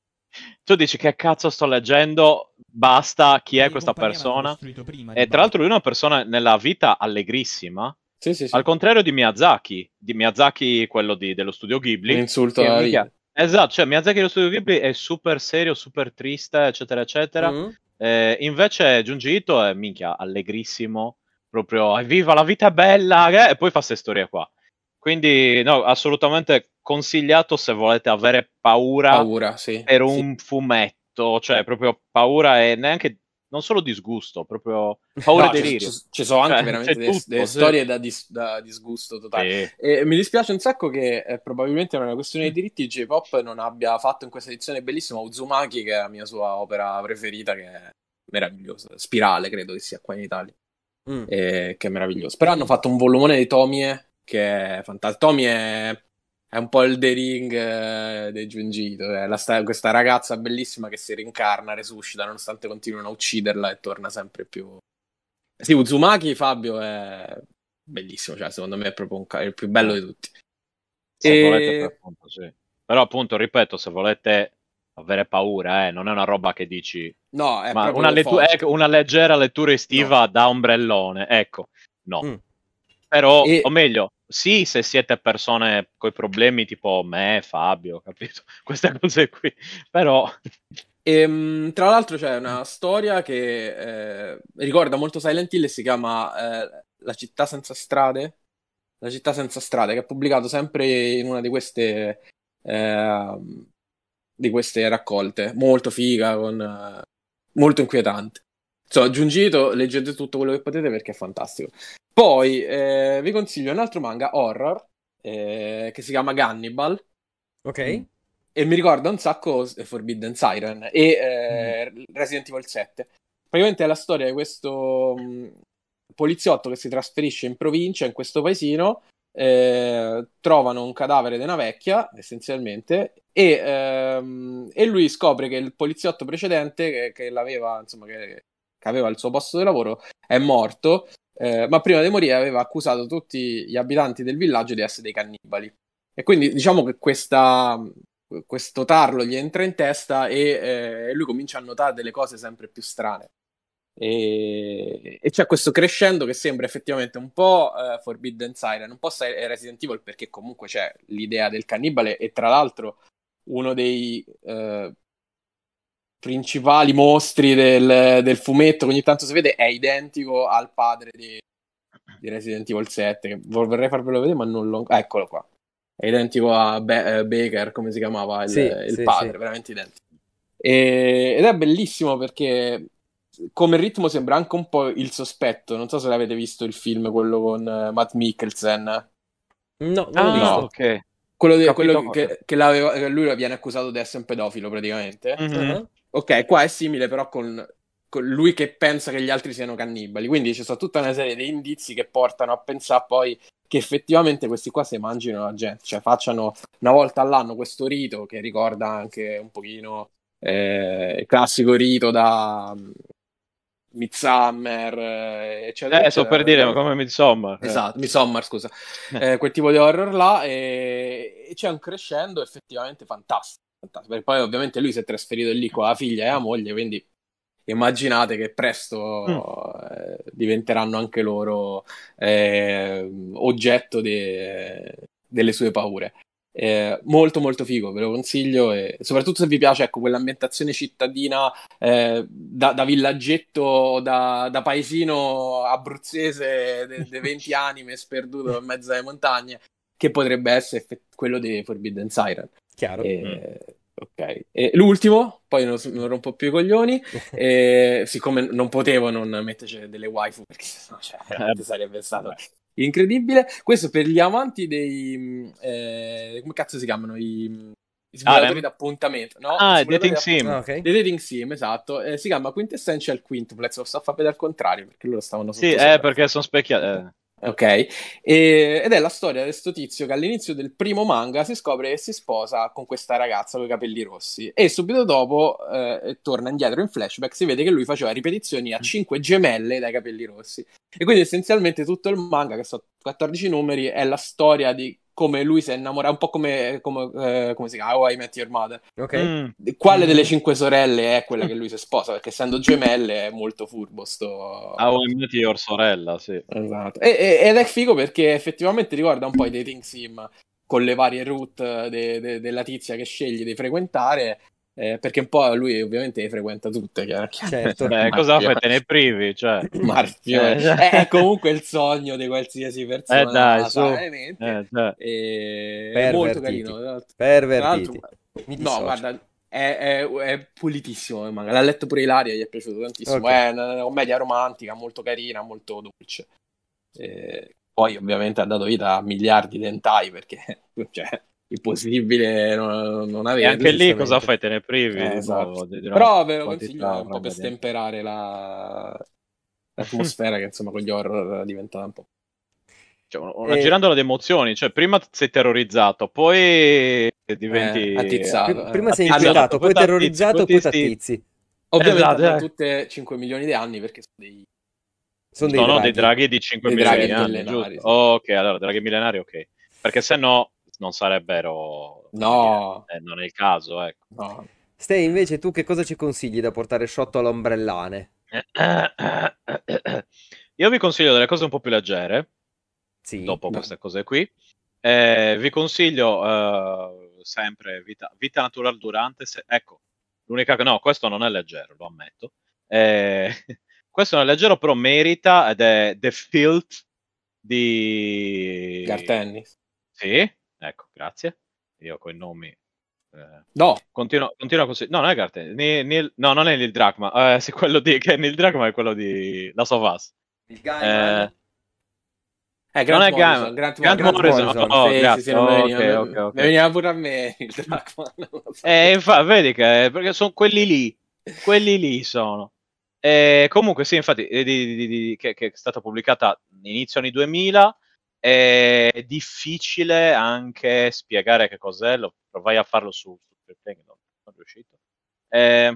Tu dici che cazzo sto leggendo, basta, chi è Le questa compagnie avevano persona? costruito prima di E tra base. l'altro lui è una persona nella vita allegrissima, Sì, sì, al sì. contrario di Miyazaki, di Miyazaki, quello di- dello studio Un Ghibli, insulto che alla minchia, vita. esatto, cioè Miyazaki dello studio Ghibli è super serio, super triste, eccetera, eccetera. Mm? Eh, invece Junji Ito è minchia allegrissimo, proprio evviva la vita è bella, eh, e poi fa queste storie qua. Quindi, no, assolutamente consigliato se volete avere paura Paura, sì. per Sì. un fumetto, cioè proprio paura e neanche, non solo disgusto, proprio paura No, e ci, ci- delirio. ci sono anche Cioè, veramente c'è delle, delle tutto, sì. storie da, dis- da disgusto totale. Sì. E mi dispiace un sacco che eh, probabilmente per una questione di diritti J-Pop non abbia fatto in questa edizione bellissima Uzumaki, che è la mia sua opera preferita, che è meravigliosa. Spirale, credo che sia qua in Italia. Mm. E, che è meraviglioso. Però hanno fatto un volumone di Tomie che è fantastico. Tomie è, è un po' il The Ring eh, dei Junji Ito. È la sta- questa ragazza bellissima che si rincarna, resuscita, nonostante continuino a ucciderla e torna sempre più. Sì, Uzumaki, Fabio, è bellissimo, cioè secondo me è proprio un ca- il più bello Eh, di tutti. se volete, per E appunto, sì. Però appunto, ripeto, se volete avere paura, eh, non è una roba che dici, no, è ma una, proprio lettu- eh, forte. una leggera lettura No. estiva da ombrellone, ecco, no. Mm. Però, E o meglio, sì, se siete persone con problemi tipo me, Fabio, capito? Queste cose qui. Però, Ehm, tra l'altro c'è una storia che eh, ricorda molto Silent Hill e si chiama eh, La città senza strade. La città senza strade, che è pubblicato sempre in una di queste, ehm, di queste raccolte. Molto figa, con, eh, molto inquietante. Insomma, Giungito, leggete tutto quello che potete perché è fantastico. Poi eh, vi consiglio un altro manga horror eh, che si chiama Gannibal. Ok. Mm. E mi ricorda un sacco Forbidden Siren e eh, Resident Evil sette. Praticamente è la storia di questo mh, poliziotto che si trasferisce in provincia, in questo paesino, eh, trovano un cadavere di una vecchia, essenzialmente, e, ehm, e lui scopre che il poliziotto precedente, che, che l'aveva, insomma, che, che aveva il suo posto di lavoro, è morto, eh, ma prima di morire aveva accusato tutti gli abitanti del villaggio di essere dei cannibali. E quindi diciamo che questa, questo tarlo gli entra in testa e eh, lui comincia a notare delle cose sempre più strane. E, e c'è questo crescendo che sembra effettivamente un po' eh, Forbidden Siren, un po' Resident Evil, perché comunque c'è l'idea del cannibale e tra l'altro uno dei eh, principali mostri del, del fumetto che ogni tanto si vede è identico al padre di, di Resident Evil sette, che vorrei farvelo vedere ma non lo... Eccolo qua. È identico a Be- eh, Baker, come si chiamava il, Sì, il sì, padre, sì. veramente identico. E- ed è bellissimo perché come ritmo sembra anche un po' Il Sospetto. Non so se l'avete visto il film, quello con eh, Matt Mikkelsen. No, non l'ho ah, visto. No, ok. quello, Ho de- quello capito. che, che l'aveva- che lui viene accusato di essere un pedofilo praticamente. Mhm. Ah, Ok, qua è simile però con, con lui che pensa che gli altri siano cannibali. Quindi ci sono tutta una serie di indizi che portano a pensare poi che effettivamente questi qua si mangino la gente, cioè facciano una volta all'anno questo rito che ricorda anche un pochino eh, il classico rito da Midsommar, eh, eccetera, Eh, so per dire, ma eccetera. come Midsommar. Eh. Esatto, Midsommar, scusa. Eh, quel tipo di horror là, e, e c'è un crescendo effettivamente fantastico, fantastico. Perché poi ovviamente lui si è trasferito lì con la figlia e la moglie, quindi immaginate che presto Mm. eh, diventeranno anche loro eh, oggetto de- delle sue paure. Eh, molto molto figo, ve lo consiglio, e soprattutto se vi piace, ecco, quell'ambientazione cittadina eh, da, da villaggetto, da, da paesino abruzzese de, venti anime sperduto in mezzo alle montagne, che potrebbe essere effe- quello di Forbidden Siren. Chiaro. E- ok. E l'ultimo, poi non, non rompo più i coglioni, e siccome non potevo non metterci delle waifu, perché sennò cioè, veramente Eh, sarebbe stato vabbè. incredibile. Questo per gli amanti dei mh, eh, come cazzo si chiamano i, i simulatori Harem? d'appuntamento, no? I Ah, simulatori Dating d'appuntamento. Sim. Ah, ok. Dei dating sim, esatto. Eh, si chiama Quintessential Quintuplets. Lo sto a far vedere al contrario perché loro stavano Sì, sotto eh, sopra. perché sono specchiati. Eh. Ok, e- ed è la storia di questo tizio che all'inizio del primo manga si scopre che si sposa con questa ragazza con i capelli rossi e subito dopo eh, torna indietro in flashback, si vede che lui faceva ripetizioni a cinque gemelle dai capelli rossi. E quindi essenzialmente tutto il manga, che sono quattordici numeri, è la storia di come lui si è innamorato, un po' come, come, eh, come si chiama, How I Met Your Mother. Ok. Mm. Quale delle Mhm. cinque sorelle è quella che lui si sposa? Perché essendo gemelle è molto furbo sto... How I Met Your sorella, sì. Esatto. E- e- ed è figo perché effettivamente ricorda un po' i dating sim con le varie route de- de- della tizia che scegli di frequentare, eh, perché un po' lui ovviamente le frequenta tutte, chiaro- Certo. chiaramente. Eh, cosa fai? Marpione. Te ne privi? Cioè. Marpione. Eh, È, è comunque il sogno di qualsiasi eh, dai, persona, su. sa, veramente. Eh, cioè. E- È molto Pervertiti. carino. Tra l'altro, tra l'altro- Pervertiti. Mi no, dissocio. guarda, è, è- è pulitissimo il manga. L'ha letto pure Ilaria, gli è piaciuto tantissimo. Ok. È una commedia romantica, molto carina, molto dolce. E poi ovviamente ha dato vita a miliardi di hentai perché cioè, impossibile non, non E averli. anche lì cosa giustamente. fai? Te ne privi Eh, di esatto. nuovo di, di una Però ve lo quantità consiglio un po' per orrenda di- stemperare la- l'atmosfera che insomma con gli horror diventa un po'. Cioè, una, una E- girandola di emozioni. Cioè, prima sei terrorizzato, poi diventi Eh, attizzato. Prim- eh. prima sei attizzato, inquietato, poi t'attizzi, terrorizzato, poi poi ti sti- t'attizzi. Ovviamente Esatto, hanno eh. tutte cinque milioni di anni perché sono dei, Sono dei Sono draghi. dei draghi di cinque dei milioni draghi di anni, millenari. giusto? Sì. Ok, allora draghi millenari, ok. Perché se no non sarebbero, come No, dire, eh, non è il caso, ecco. no. Stay, invece, tu che cosa ci consigli da portare sotto all'ombrellane? Io vi consiglio delle cose un po' più leggere, Sì. dopo No. queste cose qui. Eh, vi consiglio eh, sempre Vita, Vita Natural Durante. Se, ecco, l'unica che no, questo non è leggero, lo ammetto. Eh, questo non è leggero, però merita ed è The Filth di Gartennis. Sì, ecco, grazie. Io con i nomi eh, No, continuo, continuo così. No, non è Garten, Neil- Neil- no, non è Neil Druckmann. Eh, sì, quello di che è Neil Druckmann è quello di Last of Us. Il Eh, è non Grant è Morrison. Gaiman. Grant Grant Morrison. Morrison. Morrison. Oh, Sì, sì, grazie. sì, non mi Oh, veniva, ok, ok, ok. mi veniva pure a me il Druckmann, non lo so. Eh, infatti, vedi che perché sono quelli lì, quelli lì sono. Eh, comunque, sì, infatti, eh, di- di- di- che, che è stata pubblicata inizio anni duemila. È difficile anche spiegare che cos'è. Lo provai a farlo su, su Freeplay, non sono riuscito. Eh,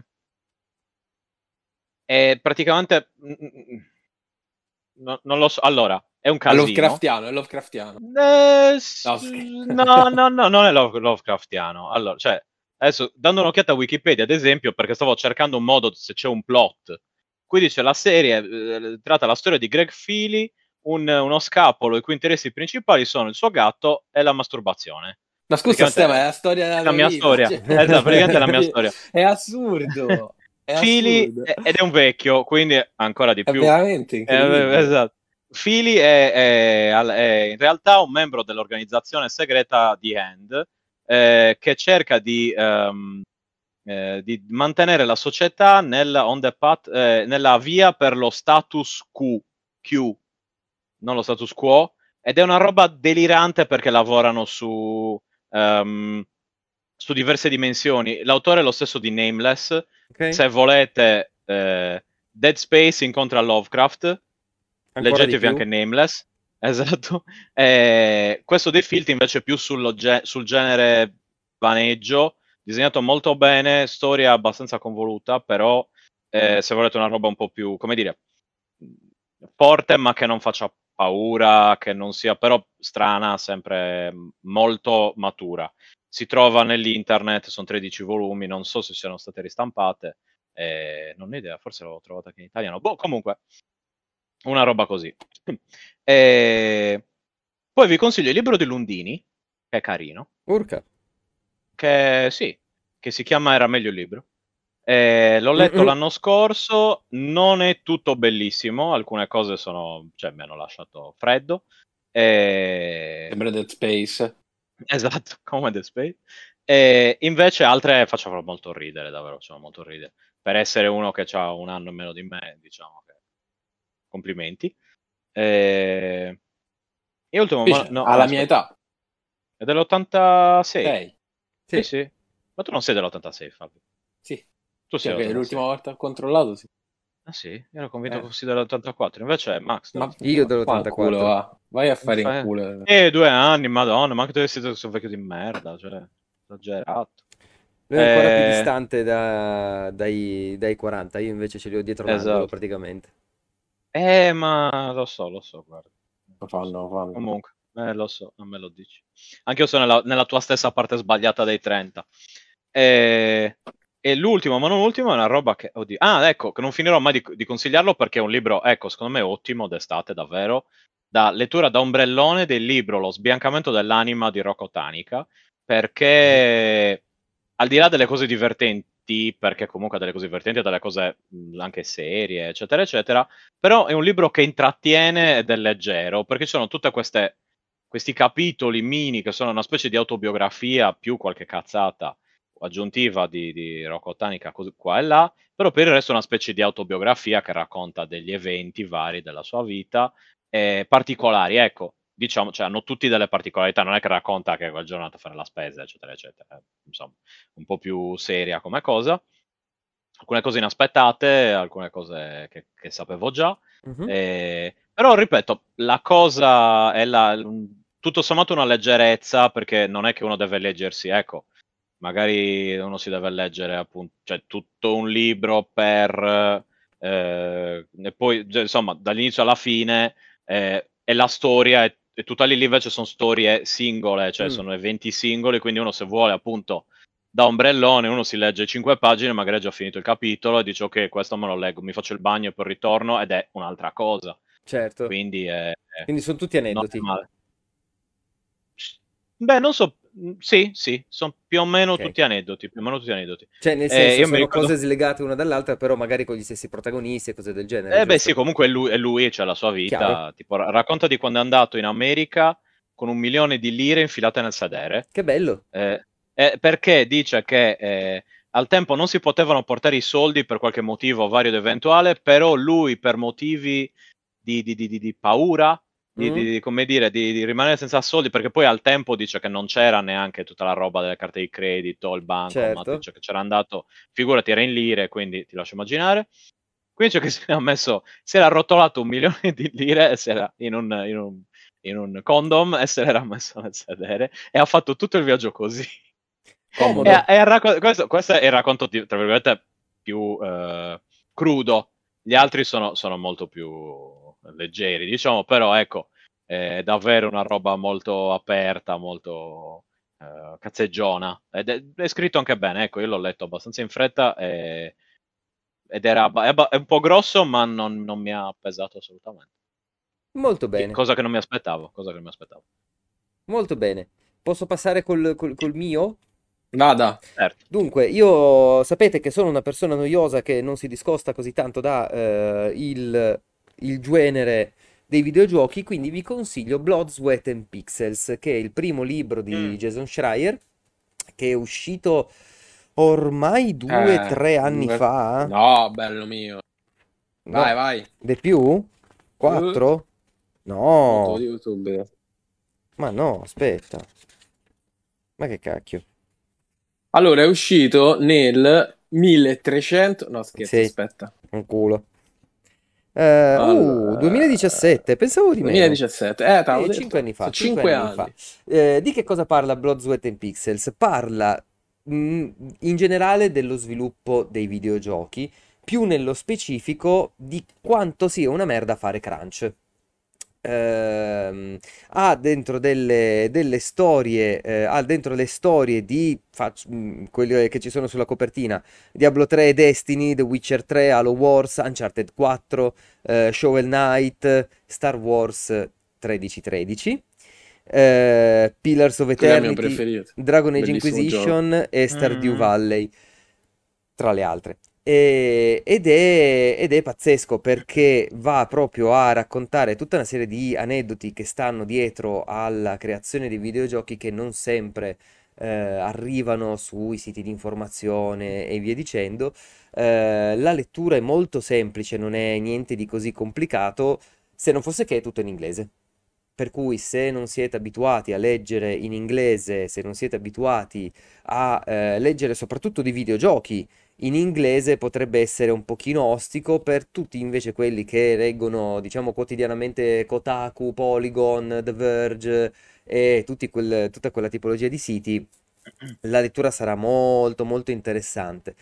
è praticamente mm, mm, no- non lo so. Allora, è un È casino. Lovecraftiano, è Lovecraftiano. Eh, s- No, scherzo. no, no, no, non è Love- Lovecraftiano. Allora, cioè, adesso dando un'occhiata a Wikipedia, ad esempio, perché stavo cercando un modo se c'è un plot. Qui dice la serie eh, tratta la storia di Greg Feely, un- uno scapolo i cui interessi principali sono il suo gatto e la masturbazione. Ma scusa, Praticamente Stefano, è la storia della è la tua mia vita. storia. Cioè, Esatto, praticamente è la mia storia. È assurdo. È Feely assurdo. è- ed è un vecchio, quindi ancora di È più. veramente Eh, incredibile. esatto. Feely è, è- è in realtà un membro dell'organizzazione segreta The Hand, eh, che cerca di, ehm, eh, di mantenere la società nel, on the path, eh, nella via per lo status quo, Q, non lo status quo, ed è una roba delirante perché lavorano su, ehm, su diverse dimensioni. L'autore è lo stesso di Nameless. Ok? Se volete, eh, Dead Space incontra Lovecraft. Ancora di Leggetevi più? anche Nameless. Esatto. Eh, questo The Filth invece è più sullo ge- sul genere vaneggio, disegnato molto bene, storia abbastanza convoluta, però eh, se volete una roba un po' più, come dire, forte ma che non faccia paura, che non sia però strana, sempre molto matura. Si trova nell'internet, sono tredici volumi, non so se siano state ristampate, eh, non ho idea, forse l'ho trovata anche in italiano. Boh, comunque, una roba così. E poi vi consiglio il libro di Lundini, che è carino, Urca. che sì, che si chiama Era meglio il libro. Eh, l'ho letto Mm-mm. l'anno scorso, non è tutto bellissimo, alcune cose sono, cioè, mi hanno lasciato freddo. Eh, Sembra Dead Space. Esatto, come The Space. E invece altre facevano molto ridere, davvero, facevano molto ridere. Per essere uno che ha un anno in meno di me, diciamo che complimenti. E, e ultimo, ma, Invece, no, alla mia aspetta, età, è dell'ottantasei. sei. Sì, Sì. sì. Ma tu non sei dell'ottantasei, Fabio. Sì. Tu Sì, sei ok, dell'ottantasei. l'ultima volta ho controllato, sì. Ah sì? Io ero convinto Eh. fossi dell'ottantaquattro. Invece è Max Ma Io fanculo, dell'ottantaquattro. va. Vai a fare in Fa- culo. Eh, due anni, madonna, ma anche tu sei un vecchio di merda, cioè, esagerato. Lui è ancora più Eh, distante da- dai, dai quaranta, io invece ce li ho dietro l'angolo esatto. praticamente. Eh, ma lo so, lo so, guarda. Lo Lo fanno, so. lo fanno. Comunque, eh, lo so, a me lo dici. Anche io sono nella, nella tua stessa parte sbagliata dei trenta. E, e l'ultimo, ma non ultimo, è una roba che, oddio. Ah, ecco, che non finirò mai di, di consigliarlo perché è un libro, ecco, secondo me ottimo d'estate, davvero. Da lettura da ombrellone del libro Lo sbiancamento dell'anima di Rocco Tanica, perché al di là delle cose divertenti, perché comunque ha delle cose divertenti e delle cose mh, anche serie, eccetera, eccetera, però è un libro che intrattiene ed è leggero, perché ci sono tutte queste questi capitoli mini che sono una specie di autobiografia più qualche cazzata aggiuntiva di, di Rocco Tanica così qua e là, però per il resto è una specie di autobiografia che racconta degli eventi vari della sua vita, eh, particolari, ecco, diciamo, cioè hanno tutti delle particolarità, non è che racconta che quel giorno è andato a fare la spesa, eccetera, eccetera, insomma, un po' più seria come cosa. Alcune cose inaspettate, alcune cose che, che sapevo già, Mhm. eh, però ripeto, la cosa è la, tutto sommato una leggerezza perché non è che uno deve leggersi, ecco, magari uno si deve leggere appunto, cioè tutto un libro per, eh, e poi cioè, insomma dall'inizio alla fine eh, è la storia e, e tutta lì, lì invece sono storie singole, cioè Mm. sono eventi singoli, quindi uno se vuole appunto da ombrellone, uno si legge cinque pagine, magari ha già finito il capitolo e dice ok, questo me lo leggo, mi faccio il bagno e poi ritorno ed è un'altra cosa. Certo. Quindi è, è- Quindi sono tutti non è aneddoti. male. Beh, non so, mh, sì, sì, sono più o meno Ok. tutti aneddoti, più o meno tutti aneddoti. Cioè, nel Eh, senso, io mi sono cose ricordo, slegate una dall'altra, però magari con gli stessi protagonisti e cose del genere, eh beh sì, giusto? comunque è lui, è lui, c'è la sua Chiaro. vita, tipo ra- racconta di quando è andato in America con un milione di lire infilate nel sedere. Che bello. Eh, eh, perché dice che eh, al tempo non si potevano portare i soldi per qualche motivo vario ed eventuale, però lui per motivi di, di- di- di- di paura, di, Mm? di- come dire, di, di rimanere senza soldi, perché poi al tempo dice che non c'era neanche tutta la roba delle carte di credito, il bancomat, Certo. dice che c'era andato, figurati, era in lire, quindi ti lascio immaginare. Quindi dice che si era messo, si era arrotolato un milione di lire e si era in un, in un in un condom e se l'era messo nel sedere e ha fatto tutto il viaggio così. E, Comodo. e il racco- questo, questo è il racconto, di- tra virgolette, più eh, crudo. Gli altri sono, sono molto più leggeri, diciamo, però ecco, è davvero una roba molto aperta, molto eh, cazzeggiona. Ed è, è scritto anche bene, ecco, io l'ho letto abbastanza in fretta e- ed era abba- è, abba- è un po' grosso, ma non, non mi ha pesato assolutamente. Molto Che- bene. cosa che non mi aspettavo, cosa che non mi aspettavo. Molto bene. Posso passare col, col- col mio? Vada. Certo. Dunque, io sapete che sono una persona noiosa che non si discosta così tanto da eh, il, il genere dei videogiochi, quindi vi consiglio Blood, Sweat and Pixels, che è il primo libro di Mm. Jason Schreier, che è uscito ormai due o Eh, tre anni beh, fa. no, bello mio. No, Vai, vai. di più? Uh, Quattro? foto No, di YouTube. ma no, aspetta. Ma che cacchio? Allora, è uscito nel milletrecento. No, scherzo, Sì, aspetta. un culo. Eh, uh, Allora, duemiladiciassette, pensavo di meno. duemiladiciassette. Eh, t'avevo Eh, cinque detto. anni fa, Sono cinque cinque anni fa. anni. Eh, di che cosa parla Blood, Sweat and Pixels? Parla mm, in generale dello sviluppo dei videogiochi, più nello specifico di quanto sia una merda fare crunch. Ehm, ha dentro delle, delle storie, eh, ha dentro le storie di fac- mm, quelle che ci sono sulla copertina: Diablo tre, Destiny, The Witcher tre, Halo Wars, Uncharted quattro, eh, Shovel Knight, Star Wars tredici tredici, eh, Pillars of Quello è il mio Eternity, preferito. Dragon Age Bellissimo gioco. Inquisition e Stardew Mm. Valley, tra le altre. E- ed è, ed è pazzesco perché va proprio a raccontare tutta una serie di aneddoti che stanno dietro alla creazione dei videogiochi, che non sempre eh, arrivano sui siti di informazione e via dicendo. Eh, la lettura è molto semplice, non è niente di così complicato, se non fosse che è tutto in inglese. Per cui se non siete abituati a leggere in inglese, se non siete abituati a eh, leggere soprattutto di videogiochi in inglese, potrebbe essere un pochino ostico. Per tutti invece quelli che leggono, diciamo, quotidianamente Kotaku, Polygon, The Verge e tutti quel- tutta quella tipologia di siti, la lettura sarà molto molto interessante.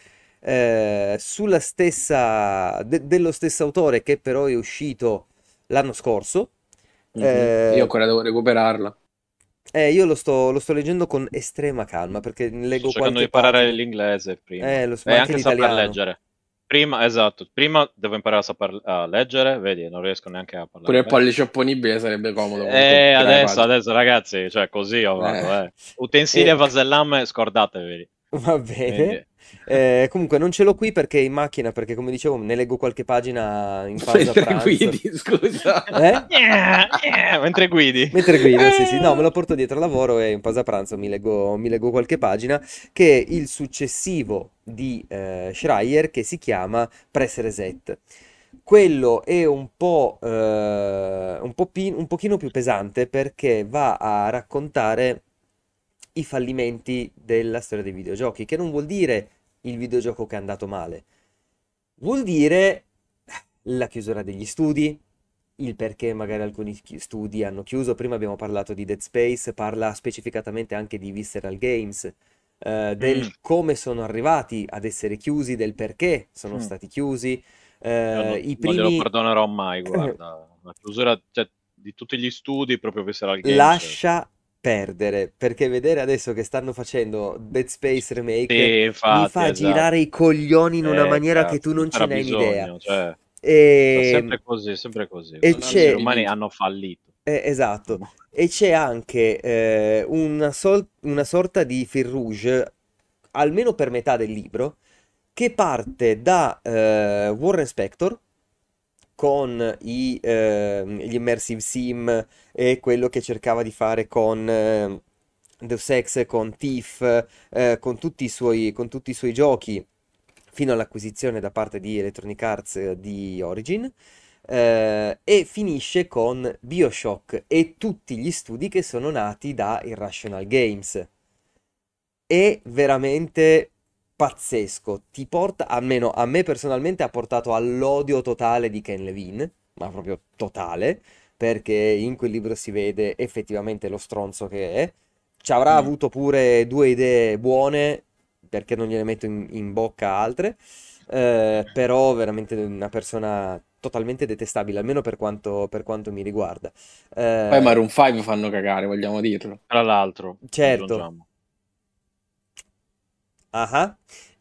Eh, sulla stessa, de- dello stesso autore, che però è uscito l'anno scorso. Mhm. Io eh, ancora devo recuperarla. eh, io lo sto, lo sto leggendo con estrema calma perché ne Sto leggo cercando di qualche imparare pagina. l'inglese prima. Eh, lo so, ma E anche anche saper l'italiano. leggere. Prima, esatto, prima devo imparare a saper a leggere, vedi, non riesco neanche a parlare Pure il bene. pollice opponibile sarebbe comodo comunque E tirare adesso, pagina. adesso ragazzi, cioè così io Eh. vado, eh. Utensili E e vasellame, scordatevi. va bene. Quindi, Eh, comunque non ce l'ho qui perché è in macchina, perché come dicevo ne leggo qualche pagina in pausa Mentre pranzo. guidi, scusa. Eh? Gnà, gnà, mentre guidi. Mentre guido, sì, sì, no, me lo porto dietro al lavoro e in pausa pranzo mi leggo, mi leggo qualche pagina, che è il successivo di eh, Schreier, che si chiama Press Reset. Quello è un po', eh, un po' pi- un pochino più pesante perché va a raccontare i fallimenti della storia dei videogiochi, che non vuol dire il videogioco che è andato male, vuol dire la chiusura degli studi, il perché magari alcuni chi- studi hanno chiuso. Prima abbiamo parlato di Dead Space, parla specificatamente anche di Visceral Games, eh, Mm, del come sono arrivati ad essere chiusi, del perché sono mm. stati chiusi. Io eh, non, i non glielo primi... perdonerò mai, guarda. La chiusura, cioè, di tutti gli studi, proprio Visceral Games. Lascia perdere, perché vedere adesso che stanno facendo Dead Space Remake Sì, mi infatti, fa esatto. girare i coglioni in una Eh, maniera che tu cazzo, non non ce c'era n'hai un'idea. bisogno, cioè, è E, sempre così, sempre così. e Non Guarda, gli hanno esseri c'è, umani finito. hanno fallito. eh, esatto, e c'è anche eh, una, sol- una sorta di fil rouge, almeno per metà del libro, che parte da eh, Warren Spector con i, ehm, gli immersive sim e quello che cercava di fare con eh, Deus Ex, con Thief, eh, con tutti i suoi, con tutti i suoi giochi, fino all'acquisizione da parte di Electronic Arts eh, di Origin. Eh, e finisce con BioShock e tutti gli studi che sono nati da Irrational Games. È veramente pazzesco. Ti porta, almeno a me personalmente, ha portato all'odio totale di Ken Levine, ma proprio totale, perché in quel libro si vede effettivamente lo stronzo che è. Ci avrà Mm. avuto pure due idee buone, perché non gliene metto in, in bocca altre, eh, però veramente una persona totalmente detestabile, almeno per quanto, per quanto mi riguarda. Poi Eh, Maroon cinque fanno cagare, vogliamo dirlo. Tra l'altro, certo. aggiungiamo. Ah,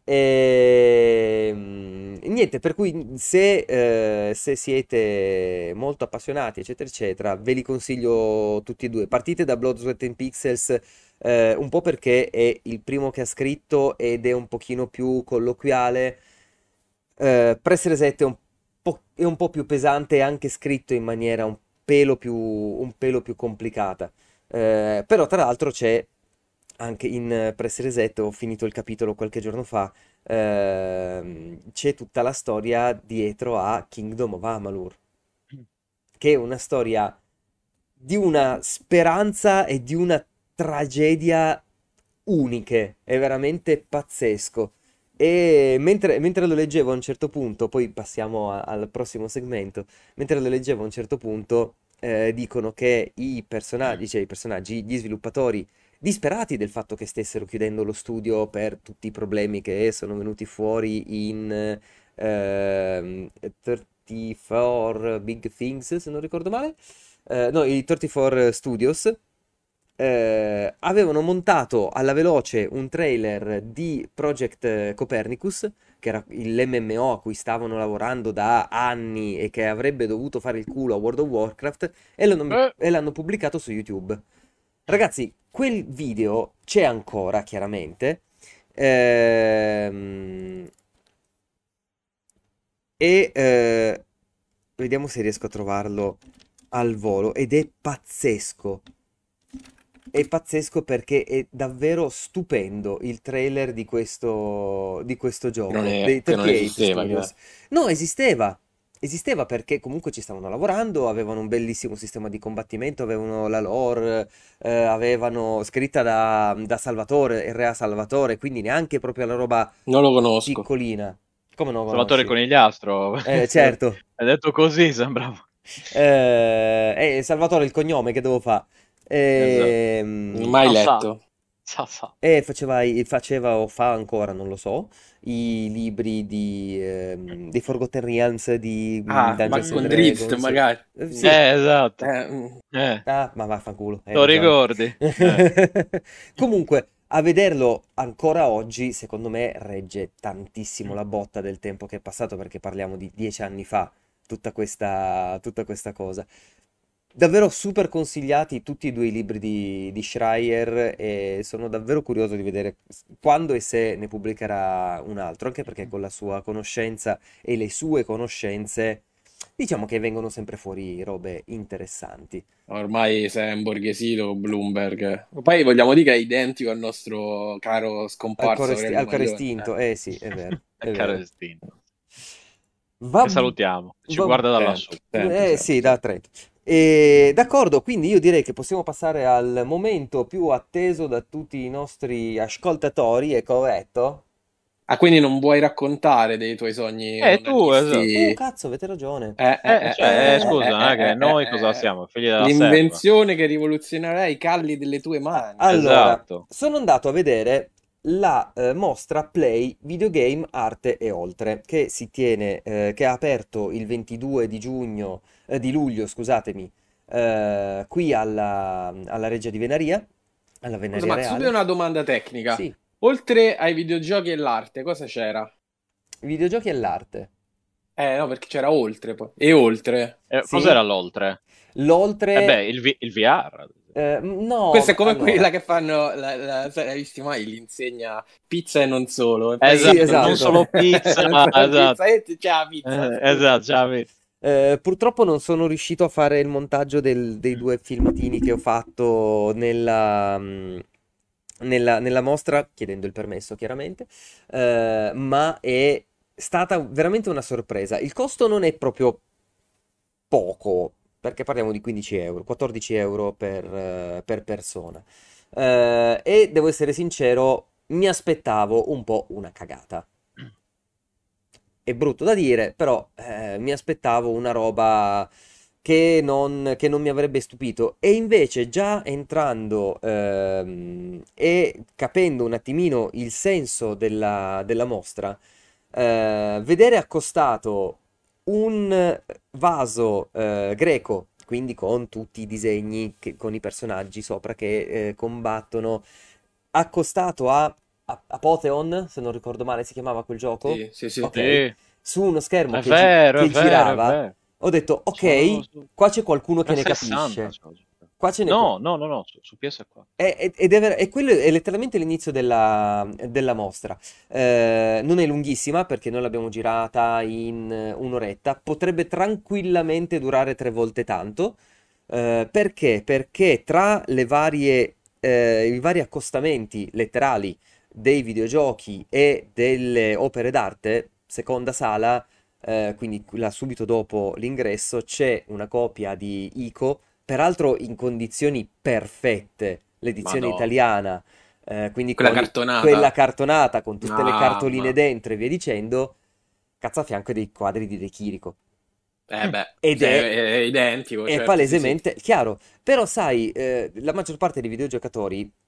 ehm, niente, per cui se, eh, se siete molto appassionati, eccetera, eccetera, ve li consiglio tutti e due. Partite da Blood, Sweat and Pixels, eh, un po' perché è il primo che ha scritto ed è un pochino più colloquiale. Eh, Press Reset è un po', è un po' più pesante e anche scritto in maniera un pelo più, un pelo più complicata. Eh, però tra l'altro c'è anche in eh, Press Reset, ho finito il capitolo qualche giorno fa, ehm, c'è tutta la storia dietro a Kingdom of Amalur, che è una storia di una speranza e di una tragedia uniche, è veramente pazzesco. E mentre, mentre lo leggevo a un certo punto, poi passiamo a- al prossimo segmento, mentre lo leggevo a un certo punto, eh, dicono che i personaggi, cioè i personaggi, gli sviluppatori disperati del fatto che stessero chiudendo lo studio per tutti i problemi che sono venuti fuori in ehm, trentaquattro Big Things, se non ricordo male. Eh, no, i trentaquattro Studios. Eh, avevano montato alla veloce un trailer di Project Copernicus, che era l'M M O a cui stavano lavorando da anni e che avrebbe dovuto fare il culo a World of Warcraft, e l'hanno, Eh, e l'hanno pubblicato su YouTube. Ragazzi, quel video c'è ancora, chiaramente. Ehm, e eh, vediamo se riesco a trovarlo al volo. Ed è pazzesco. È pazzesco perché è davvero stupendo il trailer di questo, di questo Che non, gioco, è, dei che non trentotto esisteva, Studios. chiaro. No, esisteva. Esisteva perché comunque ci stavano lavorando, avevano un bellissimo sistema di combattimento, avevano la lore, eh, avevano scritta da, da Salvatore, R A Salvatore, quindi neanche proprio la roba Non lo conosco. piccolina. Come non lo Salvatore conosci? Conigliastro. Eh, certo. Hai detto così, sembrava. Eh, eh, Salvatore il cognome che devo fare? Esatto. Ehm, Mai Sa, sa. letto. Sa, sa. E faceva, i- faceva o fa ancora, non lo so, i libri di, ehm, dei Forgotten Realms di mm, Ah, ma Dungeons and con Drizzt Dragons. magari. Eh, sì. Eh, esatto. Eh, mm. Eh, Ah, ma vaffanculo, hai lo ragione. ricordi? Eh. Comunque, a vederlo ancora oggi, secondo me, regge tantissimo la botta del tempo che è passato, perché parliamo di dieci anni fa, tutta questa, tutta questa cosa. Davvero super consigliati tutti e due i libri di, di Schreier, e sono davvero curioso di vedere s- quando e se ne pubblicherà un altro, anche perché con la sua conoscenza e le sue conoscenze, diciamo che vengono sempre fuori robe interessanti. Ormai sei un borghesino Bloomberg. Poi vogliamo dire che è identico al nostro caro Al scomparso cuore, esti- Aurelio al cuore Maglione. estinto, Eh. eh sì, è vero, È è caro vero. istinto. Va, Che salutiamo. Ci va- guarda da Sempre, lassù. sempre, eh sempre, sì, da sempre. Trento. E, d'accordo, quindi io direi che possiamo passare al momento più atteso da tutti i nostri ascoltatori, è corretto? Ah, quindi non vuoi raccontare dei tuoi sogni Eh, tu, esatto. Oh, onanisti? cazzo, avete ragione. Eh, eh, Eh, eh, cioè, eh, eh, Eh, scusa, non eh, è che eh, eh, noi cosa eh, eh. siamo? Figli della serva. L'invenzione che rivoluzionerà i calli delle tue a- mani. allora, Esatto. sono andato a vedere la eh, mostra Play Videogame Arte e Oltre, che si tiene, eh, che ha aperto il ventidue di giugno, eh, di luglio, scusatemi, eh, qui alla, alla Reggia di Venaria, alla Scusa, Venaria ma subito Reale. una domanda tecnica. Sì, Oltre ai videogiochi e l'arte, cosa c'era? videogiochi e l'arte. Eh, no, perché c'era oltre poi. E oltre. Eh, Sì, cos'era l'oltre? Eh l'oltre, beh, il, V- il V R. eh, no, Questa è ma- come allora, quella che fanno, la, la- sai, hai visto mai l'insegna pizza e non solo? E sì, poi Esatto, non non c'è esatto. solo pizza, non solo pizza, esatto. e c'è la pizza, Eh, scusa. esatto, già vedi. Eh, purtroppo non sono riuscito a fare il montaggio del- dei due filmatini che ho fatto nella, mm, nella, nella mostra, chiedendo il permesso chiaramente, eh, ma è stata veramente una sorpresa. Il costo non è proprio poco, perché parliamo di quindici euro, quattordici euro per, eh, per persona. Eh, e devo essere sincero, mi aspettavo un po' una cagata. È brutto da dire, però eh, mi aspettavo una roba che non, che non mi avrebbe stupito. E invece, già entrando ehm, e capendo un attimino il senso della, della mostra, eh, vedere accostato un vaso eh, greco, quindi con tutti i disegni, che- con i personaggi sopra che eh, combattono, accostato a, a Apotheon, se non ricordo male, si chiamava quel gioco? Sì, sì, sì. Ok, Sì, su uno schermo è che, gi- vero, è che vero, è girava, vero. ho detto, Sono ok, su qua c'è qualcuno che ne trecentosessanta. capisce. sono giocato. Qua ce ne... qua- No, no, no, no, su, su P S quattro. è- è- ed è, ver- e quello è letteralmente l'inizio della, della mostra. Eh, non è lunghissima perché noi l'abbiamo girata in eh, un'oretta. Potrebbe tranquillamente durare tre volte tanto. Eh, perché? Perché tra le varie, eh, i vari accostamenti letterali dei videogiochi e delle opere d'arte, seconda sala, eh, quindi quella subito dopo l'ingresso, c'è una copia di Ico, peraltro in condizioni perfette, l'edizione Madò. italiana, eh, quindi Quella con i- quella cartonata. cartonata con tutte le cartoline Mamma. dentro e via dicendo, cazzo a fianco dei quadri di De Chirico. Eh beh, Ed cioè, è, è identico, è certo, sì, sì. palesemente chiaro. Però, sai, eh, la maggior parte dei videogiocatori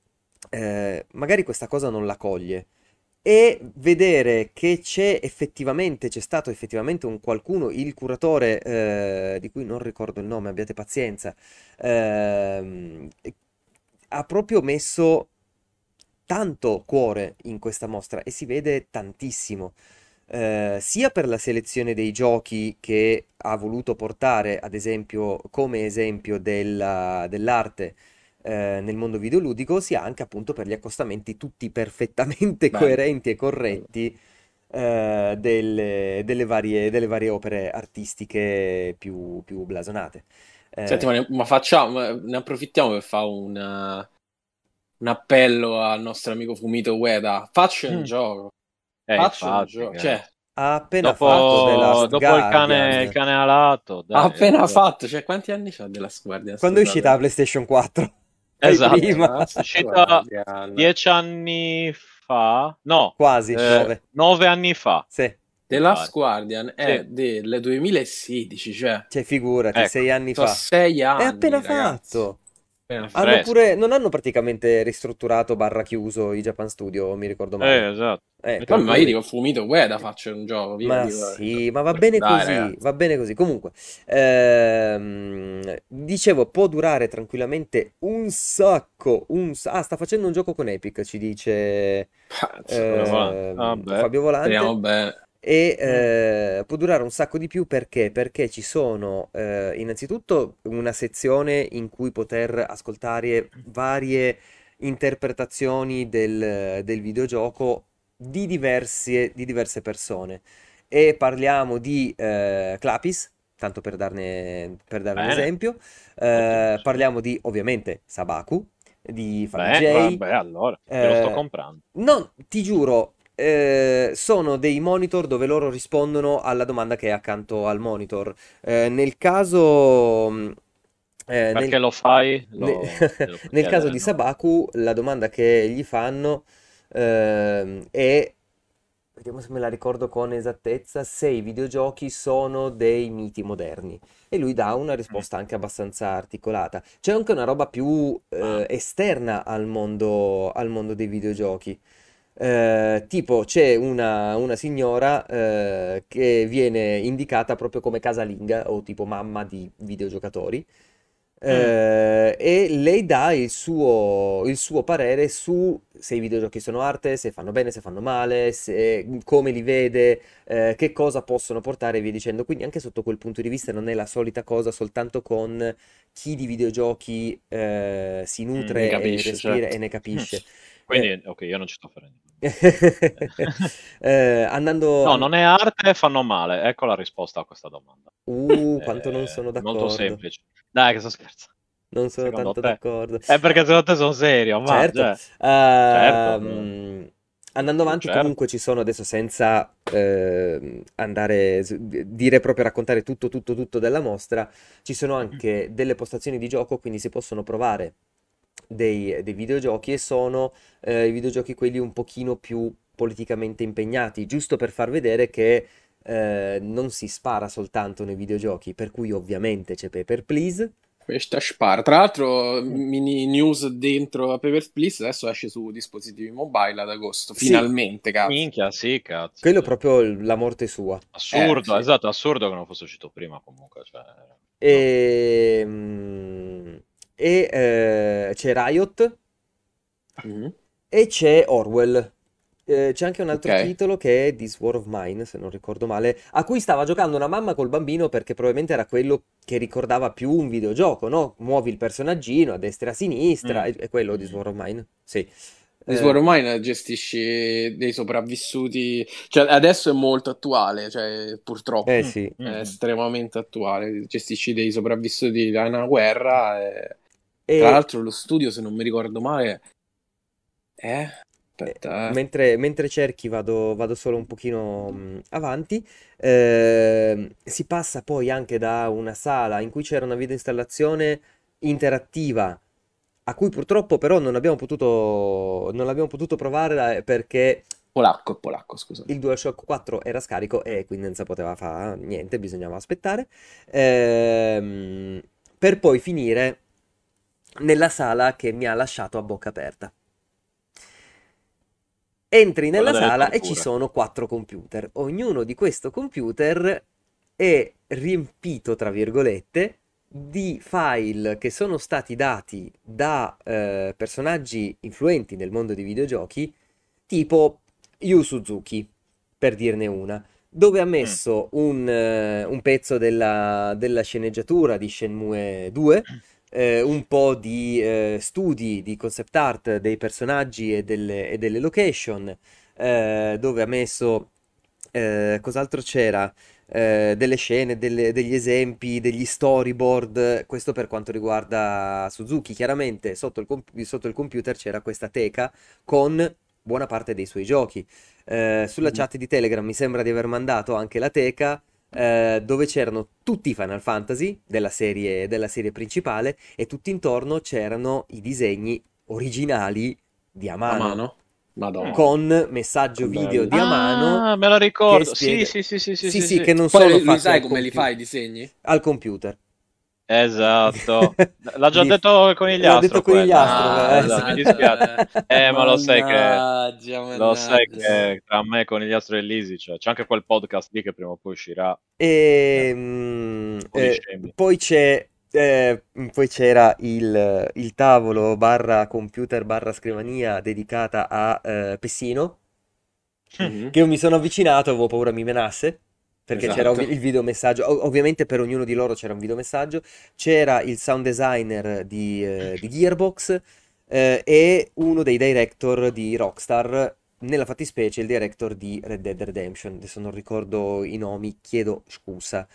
eh, magari questa cosa non la coglie e vedere che c'è effettivamente, c'è stato effettivamente un qualcuno, il curatore, eh, di cui non ricordo il nome, abbiate pazienza, ehm, ha proprio messo tanto cuore in questa mostra e si vede tantissimo, eh, sia per la selezione dei giochi che ha voluto portare, ad esempio, come esempio della- dell'arte eh, nel mondo videoludico, sia anche appunto per gli accostamenti tutti perfettamente Bello. coerenti e Bello. corretti eh, delle, delle varie, delle varie opere artistiche più, più blasonate. Senti, Eh, ma, ne, ma facciamo, ne approfittiamo per fare un, eh, un appello al nostro amico Fumito Ueda. Facci un Mm. gioco, Eh, facci un infatti, gioco. cazzo. Cioè, ha appena fatto The Dopo, Last dopo il cane, il Guardian. cane alato, ha dai. appena eh. fatto, cioè, quanti anni c'ha della Guardian, Quando è uscita la scusate? PlayStation quattro? Fai Esatto. Eh, prima. ma È uscita Guardian. dieci anni fa, no, Quasi, eh, nove. nove anni fa, Sì, The mi Last pare. Guardian Sì, è del duemilasedici, cioè, cioè figurati, ecco, sei anni sono fa. sei È anni, appena ragazzi. fatto. Appena Hanno fatto. fresco. pure, non hanno praticamente ristrutturato barra chiuso i Japan Studio, mi ricordo male. Eh, esatto. Eh, E per Vabbè, ma io cui... dico Fumito Ueda, faccio un gioco, via, Ma dico, sì, ma va per- bene dai, così, ragazzi. va bene così. Comunque, ehm, dicevo, può durare tranquillamente un sacco, un sa- Ah, sta facendo un gioco con Epic, ci dice Cazzo, Quello volante. ehm, Vabbè. Fabio Volante. speriamo bene. E Mm. eh, può durare un sacco di più perché? Perché ci sono eh, innanzitutto una sezione in cui poter ascoltare varie interpretazioni del, del videogioco di diverse, di diverse persone. E parliamo di eh, Clapis, tanto per darne, per dare un Bene, esempio. ottimo, Eh, sì. parliamo di ovviamente Sabaku, di Beh, Famigei. vabbè, allora, io lo sto Eh, comprando. no, ti giuro, eh, sono dei monitor dove loro rispondono alla domanda che è accanto al monitor. Eh, nel caso, mh, eh, nel, Perché lo fai? ne- Lo, glielo puoi nel caso chiedere, di no? Sabaku, la domanda che gli fanno ehm, è, vediamo se me la ricordo con esattezza, se i videogiochi sono dei miti moderni. E lui dà una Mm. risposta anche abbastanza articolata. C'è anche una roba più Ah, eh, esterna al mondo, al mondo dei videogiochi. Eh, tipo, c'è una, una signora eh, che viene indicata proprio come casalinga o tipo mamma di videogiocatori. mm, Eh, e lei dà il suo, il suo parere su se i videogiochi sono arte, se fanno bene, se fanno male, se- come li vede, eh, che cosa possono portare e via dicendo. Quindi anche sotto quel punto di vista non è la solita cosa soltanto con chi di videogiochi eh, si mm, ne nutre e capisce, respira e certo. ne Mm. capisce. Eh, Quindi, ok, io non ci sto facendo. eh, andando... No, an- non è arte, fanno male. Ecco la risposta a questa domanda. Uh, quanto non È sono molto d'accordo. semplice. Dai, che sto scherzando. Non sono Secondo tanto te? d'accordo. È perché Eh, secondo te sono serio, ma certo. cioè, certo, Ehm, andando eh, avanti, certo. comunque ci sono adesso senza ehm, andare, s- dire proprio raccontare tutto, tutto, tutto della mostra, ci sono anche delle postazioni di gioco, quindi si possono provare dei, dei videogiochi e sono eh, i videogiochi quelli un pochino più politicamente impegnati, giusto per far vedere che eh, non si spara soltanto nei videogiochi, per cui ovviamente c'è Paper Please. Questa spara. Tra l'altro, mini news dentro a Papers, Please adesso esce su dispositivi mobile ad agosto. Sì, Finalmente, cazzo. Minchia, sì, cazzo, quello è sì. proprio l- la morte sua. Eh, Assurdo, sì. esatto, assurdo che non fosse uscito prima comunque, cioè, no. E, mm, e, eh, c'è Riot Mhm. e c'è Orwell. Eh, c'è anche un Ok. altro titolo che è This War of Mine, se non ricordo male, a cui stava giocando una mamma col bambino perché probabilmente era quello che ricordava più un videogioco, no? Muovi il personaggino a destra e a sinistra, Mm, è, è quello This mm. War of Mine? Sì. This War Eh, of Mine gestisci dei sopravvissuti, cioè adesso è molto attuale, cioè purtroppo eh Mm, sì. mm, è mm. estremamente attuale. Gestisci dei sopravvissuti da una guerra e... Tra E l'altro lo studio, se non mi ricordo male, è... Eh, Aspetta, eh. Mentre, mentre cerchi vado, vado solo un pochino mh, avanti. Ehm, si passa poi anche da una sala in cui c'era una videoinstallazione interattiva, a cui purtroppo però non abbiamo potuto, non abbiamo potuto provare eh, perché Polacco, è polacco, scusa. il DualShock quattro era scarico e quindi non si poteva fare niente, bisognava aspettare. Ehm, per poi finire nella sala che mi ha lasciato a bocca aperta. Entri Quella nella delle sala e ci torture. sono quattro computer. Ognuno di questi computer è riempito, tra virgolette, di file che sono stati dati da eh, personaggi influenti nel mondo dei videogiochi, tipo Yu Suzuki, per dirne una, dove ha Mm. messo un, eh, un pezzo della, della sceneggiatura di Shenmue due, eh, un po' di eh, studi di concept art dei personaggi e delle, e delle location, eh, dove ha messo, eh, cos'altro c'era? Eh, delle scene, delle- degli esempi, degli storyboard, questo per quanto riguarda Suzuki. Chiaramente sotto il, comp- sotto il computer c'era questa teca con buona parte dei suoi giochi. Eh, sulla Mhm. chat di Telegram mi sembra di aver mandato anche la teca eh, dove c'erano tutti i Final Fantasy della serie, della serie principale e tutto intorno c'erano i disegni originali di A Amano mano? Madonna. con messaggio Che video bello. di Amano Ah, me la che ricordo. Sì, spiega... sì, sì, sì, sì, Sì, sì, sì, sì. che non Poi sono lui, lui fatti sai al come li computer. fa i disegni? Al computer. Esatto. L'ha già Lì- detto L'ha detto Conigliastro quello. Conigliastro, Eh, eh, esatto, mi esatto. dispiace. Eh, ma lo sai che Mannaggia, lo sai mannaggia. che tra me, Conigliastro e Lisi, cioè, c'è anche quel podcast lì che prima o poi uscirà. E, Eh, mm, po' di eh, scemi. poi c'è, eh, poi c'era il, il tavolo barra computer barra scrivania dedicata a eh, Pessino, Mhm. che io mi sono avvicinato, avevo paura mi menasse, perché c'era Esatto. ovvi- il videomessaggio, ov- ovviamente per ognuno di loro c'era un videomessaggio, c'era il sound designer di, eh, di Gearbox eh, e uno dei director di Rockstar, nella fattispecie il director di Red Dead Redemption, adesso non ricordo i nomi, chiedo scusa.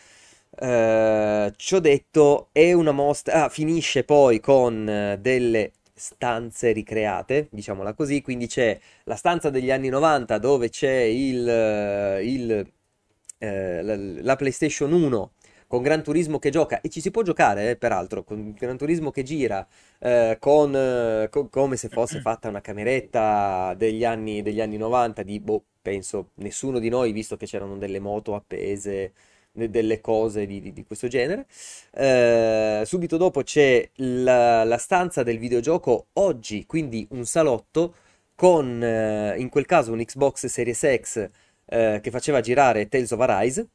Eh, ciò detto, è una mostra, ah, finisce poi con eh, delle stanze ricreate, diciamola così, quindi c'è la stanza degli anni novanta dove c'è il, eh, il, eh, la, la PlayStation uno con Gran Turismo che gioca e ci si può giocare, eh, peraltro, con Gran Turismo che gira eh, con, eh, co- come se fosse fatta una cameretta degli anni, degli anni novanta di, boh, penso, nessuno di noi, visto che c'erano delle moto appese, de- delle cose di, di- di questo genere. Eh, subito dopo c'è la, la stanza del videogioco oggi, quindi un salotto con eh, in quel caso un Xbox Series X eh, che faceva girare Tales of Arise.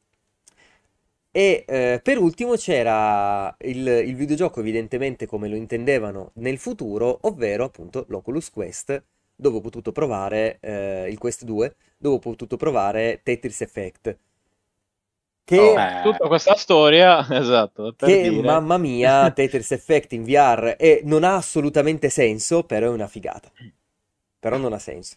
E eh, per ultimo c'era il, il videogioco, evidentemente come lo intendevano nel futuro, ovvero appunto l'Oculus Quest, dove ho potuto provare eh, il Quest due, dove ho potuto provare Tetris Effect. Oh, Che, Eh, tutta questa storia, esatto, per che dire. mamma mia, Tetris Effect in V R e non ha assolutamente senso, però è una figata. Però non ha senso.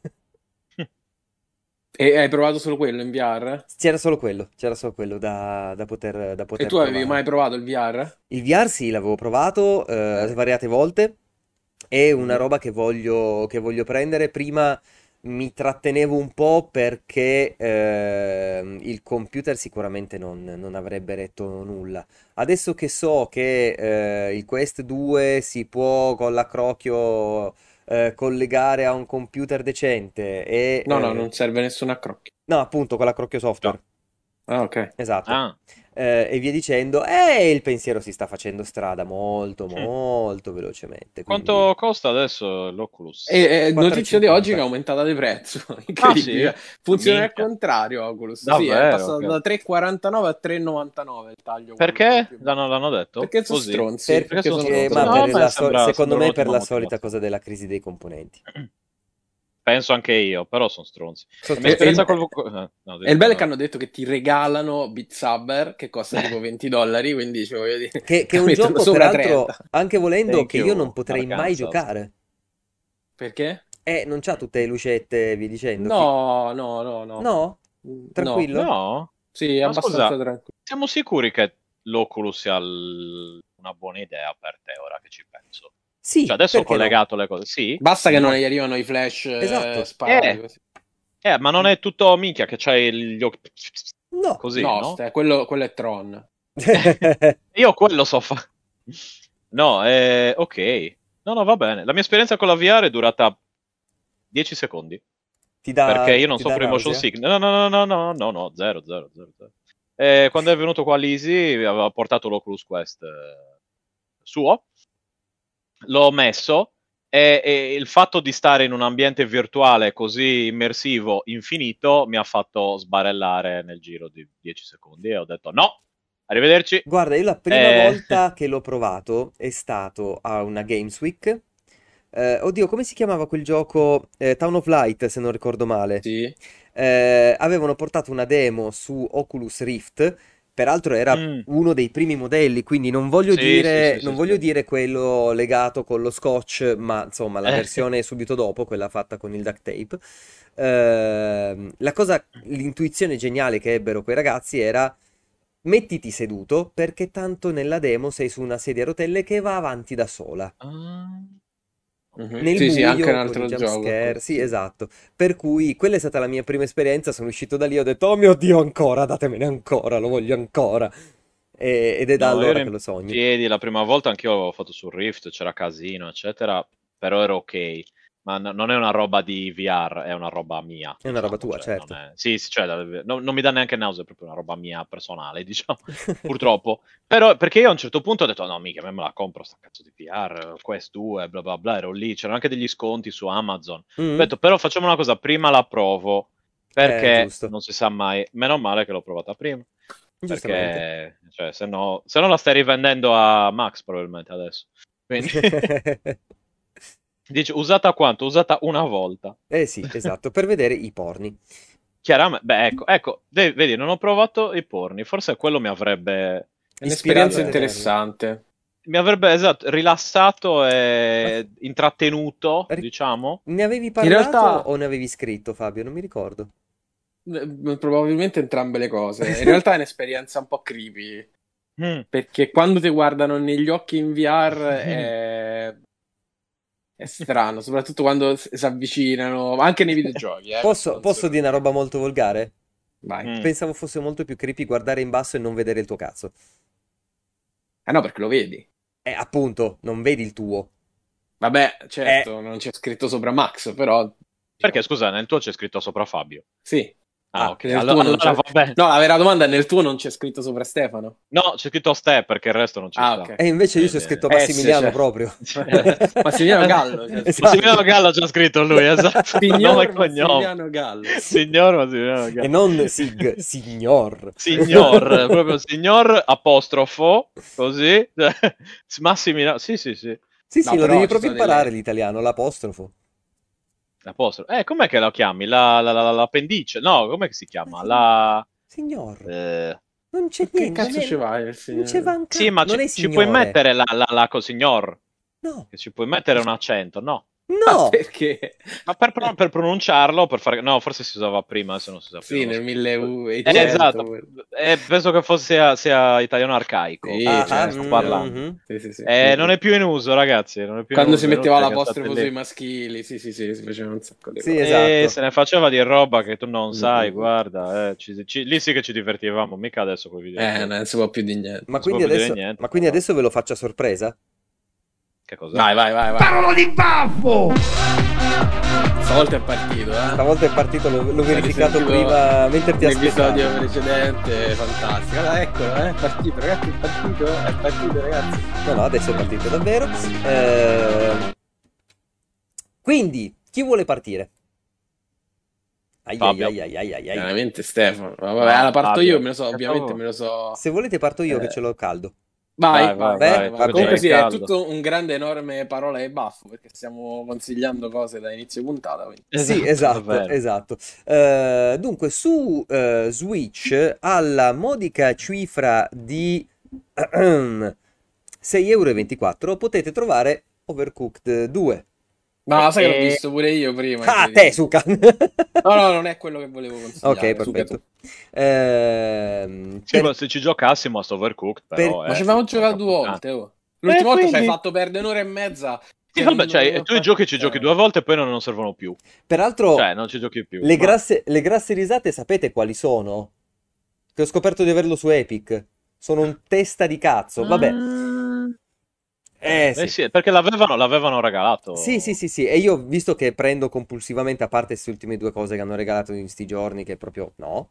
E hai provato solo quello in V R? C'era solo quello, c'era solo quello da, da poter, da E poter tu avevi provare. mai provato il V R? Il V R sì, l'avevo provato eh, Ok. svariate volte. È una Mhm. roba che voglio, che voglio prendere. Prima mi trattenevo un po' perché ehm, il computer sicuramente non, non avrebbe retto nulla. Adesso che so che eh, il Quest due si può con l'accrocchio eh, collegare a un computer decente e... No, no, eh, non serve nessun accrocchio. no, appunto, con l'accrocchio Già. software. Ah, ok. Esatto. Ah. Eh, e via dicendo. E il pensiero si sta facendo strada molto, Hm. molto velocemente. Quindi Quanto costa adesso l'Oculus? E eh, notizia di oggi che è quattro e cinquanta. aumentata di prezzo, Ah sì? incredibile. Funziona al Minchia. contrario, Oculus. Sì, è Davvero? passato Ok. da tre e quarantanove a tre e novantanove il taglio quello Perché? più L'hanno, basso. l'hanno detto? Perché sono Così? stronzi, Per- Perché perché sono sono eh, stronzi? ma No, a per stronzi. me la so- sembra, secondo sembra me per un'ottima la solita motivazione. cosa della crisi dei componenti. Penso anche io, però sono stronzi. Sono La mia E, e il, esperienza stronzi. col... eh, no, e il dico, bello è che no. hanno detto che ti regalano Beat Saber, che costa tipo venti dollari, quindi cioè, voglio dire, Che, che è la un mettono gioco, sopra trenta. peraltro, anche volendo, Thank che io non you, potrei mai Arkansas. giocare. Perché? Eh, non c'ha tutte le lucette e via dicendo. Fi- No, no, no, no. no? No. Tranquillo? No? Sì, è Ma abbastanza scusa, tranquillo. siamo sicuri che l'Oculus sia l- una buona idea per te ora che ci penso? Cioè, Sì, adesso ho perché no? collegato le cose. Sì? Basta che non Ma... gli arrivano i flash eh, Esatto. sparati Eh, così. eh, ma non è tutto minchia che c'hai gli occhi No. così, No, no? ste, quello, quello è Tron. Io quello so fare. No, eh, ok. No, no, va bene. La mia esperienza con la V R è durata dieci secondi. Ti Perché dà, io non ti dà soffro di motion nausea? sickness. No, no, no, no, no, no, no, zero, zero, zero, zero. E quando è venuto qua Lisi, aveva portato l'Oculus Quest eh, suo. L'ho messo E, e il fatto di stare in un ambiente virtuale così immersivo, infinito, mi ha fatto sbarellare nel giro di dieci secondi e ho detto no, arrivederci. Guarda, io la prima Eh, volta che l'ho provato è stato a una Games Week. Eh, oddio, come si chiamava quel gioco? Eh, Town of Light, se non ricordo male. Sì. Eh, avevano portato una demo su Oculus Rift, peraltro era mm, uno dei primi modelli, quindi non voglio sì, sì, dire, sì, non sì, voglio sì. dire quello legato con lo scotch, ma insomma la Eh, versione subito dopo, quella fatta con il duct tape. Ehm, la cosa, l'intuizione geniale che ebbero quei ragazzi era mettiti seduto perché tanto nella demo sei su una sedia a rotelle che va avanti da sola. ah, Mhm. Nel Sì, sì, anche un buio, con i altro jump gioco. scare, quello, sì, sì. esatto. Per cui quella è stata la mia prima esperienza. Sono uscito da lì, ho detto, oh mio Dio, ancora, datemene ancora, lo voglio ancora. E- ed è da No, io allora ero che in lo sogno. piedi la prima volta, anch'io l'avevo fatto sul Rift, c'era casino, eccetera, però ero ok. Ma n- non è una roba di V R, è una roba mia, È una roba diciamo, tua, cioè non certo. è... Sì, sì, cioè, la- no- non mi dà neanche nausea, è proprio una roba mia personale, diciamo, purtroppo. Però, perché io a un certo punto ho detto, no, mica, me la compro sta cazzo di V R, Quest due, bla bla bla, ero lì, c'erano anche degli sconti su Amazon. Ho Mm? detto, però facciamo una cosa, prima la provo, Eh, perché giusto, non si sa mai, meno male che l'ho provata prima. giustamente. Perché, cioè, se no, se no la stai rivendendo a Max probabilmente adesso. Quindi, dice, usata quanto? Usata una volta. Eh sì, esatto, per vedere i porni. Chiaramente, beh, ecco, ecco, de- vedi, non ho provato i porni, forse quello mi avrebbe, È Ispirato un'esperienza in eterno. interessante. mi avrebbe, esatto, rilassato Ma e intrattenuto, ri- diciamo. ne avevi In parlato realtà, o ne avevi scritto, Fabio? Non mi ricordo. eh, probabilmente entrambe le cose. In realtà è un'esperienza un po' creepy, Mm. perché quando ti guardano negli occhi in V R è, è strano, soprattutto quando s- si avvicinano, anche nei videogiochi, eh, questo Posso, non posso solo dire nei una roba videogiochi. molto volgare? Vai. Mm. Pensavo fosse molto più creepy guardare in basso e non vedere il tuo cazzo. Eh no, perché lo vedi. Eh, appunto, non vedi il tuo. Vabbè, Eh, certo, non c'è scritto sopra Max, però, Perché, diciamo, scusa, nel tuo c'è scritto sopra Fabio. sì, Ah, ah, ok, nel allo- tuo non allora, c'è... va bene. No, la vera domanda è nel tuo non c'è scritto sopra Stefano? No, c'è scritto Ste perché il resto non ci Ah, sta. ok. e invece io ci ho Quindi, scritto S, Massimiliano cioè. proprio. Massimiliano Gallo c'è scritto. Massimiliano Esatto. Gallo c'ha scritto lui, esatto, nome e Signor cognome. Massimiliano Gallo. Signor Massimiliano E Gallo. non Sig, signor. Signor, proprio signor apostrofo, così. Massimiliano, sì, sì, sì. Sì, sì, No, lo devi però ci proprio sono imparare delle... l'italiano, l'apostrofo. Apostrofo. Eh, com'è che lo chiami? La, la- la- l'appendice? No, com'è che si Ma chiama? sign- La... Signor. eh, Non c'è Che niente, non cazzo ci è- vai, il non c'è signore? Sì, vanca, ma non ci, è ci puoi signore. mettere la, la, la cosignor, No, che ci puoi mettere un accento, no? Ma no. perché? Ma per, pro- per pronunciarlo, per fare... No, forse si usava prima, adesso non si sa più, Sì, non lo nel so. Eh, Guarda. milleottocento. esatto, eh, penso che fosse sia, sia italiano arcaico, Sì, Ah, quello di cui ah, sto certo, certo. parlando. mhm. Sì, sì, sì. Eh, non è più in uso, ragazzi, non è più in Quando si uso, è metteva inutile che state l'apostrofo lì. sui maschili, sì, sì, sì, si facevano un sacco di Sì, cose. E esatto. se ne faceva di roba che tu non Mm, mm, sai, mm. guarda, eh, ci- ci- lì sì che ci divertivamo, mica adesso con i Eh, videogiochi. non si può più di niente. Ma Non si può quindi più dire adesso, niente, ma tra quindi l'altro. adesso ve lo faccio a sorpresa? Che cos'è? Vai, vai, vai, vai. Parolo di baffo! Stavolta è partito, eh. Stavolta è partito, l'ho, l'ho L'hai verificato risentito prima mentre ti nell'episodio aspettavo. precedente, fantastico. Allora, eccolo, eh, è partito, ragazzi, è partito, eh, è partito, ragazzi. No, no, adesso è partito davvero. Eh, Quindi, chi vuole partire? Ai ai Fabio. ai ai ai ai ai. Chiaramente Stefano. Ma vabbè, No, allora parto io, Fabio. me lo so, Che ovviamente Fabio? me lo so. Se volete parto io che Eh, ce l'ho caldo. Vai, Vai, vai, vai, Beh, vai, vai, vai. ma tu che ce Comunque l'hai come... sì, è caldo. tutto un grande enorme parola e baffo, perché stiamo consigliando cose da inizio puntata, quindi. Sì, Esatto, è esatto, vero. esatto. Eh, dunque, su eh, Switch, alla modica cifra di sei e ventiquattro euro potete trovare Overcooked due. Ma sai che l'ho E... visto pure io prima, Ah, te, incredibile. Suka! No, no, non è quello che volevo Ok, consigliare, Suga tu. perfetto. Ehm, Sì, per- ma se ci giocassimo a sto Overcooked, per- però, Ma ci eh, avevamo giocato porca due puttana. volte, oh. E L'ultima volta ci hai quindi... fatto perdere un'ora e mezza Sì, che vabbè, non cioè, volevo tu i fare. giochi ci giochi Cioè, due volte e poi non, non servono più. Peraltro, Cioè, non ci giochi più. le Ma... grasse, le grasse risate sapete quali sono? Che ho scoperto di averlo su Epic. Sono un testa di cazzo. Vabbè. Ah. Eh Eh sì. sì, perché l'avevano, l'avevano Sì, sì, regalato. sì, sì. E io, visto che prendo compulsivamente, a parte queste ultime due cose che hanno regalato in sti giorni, che proprio no,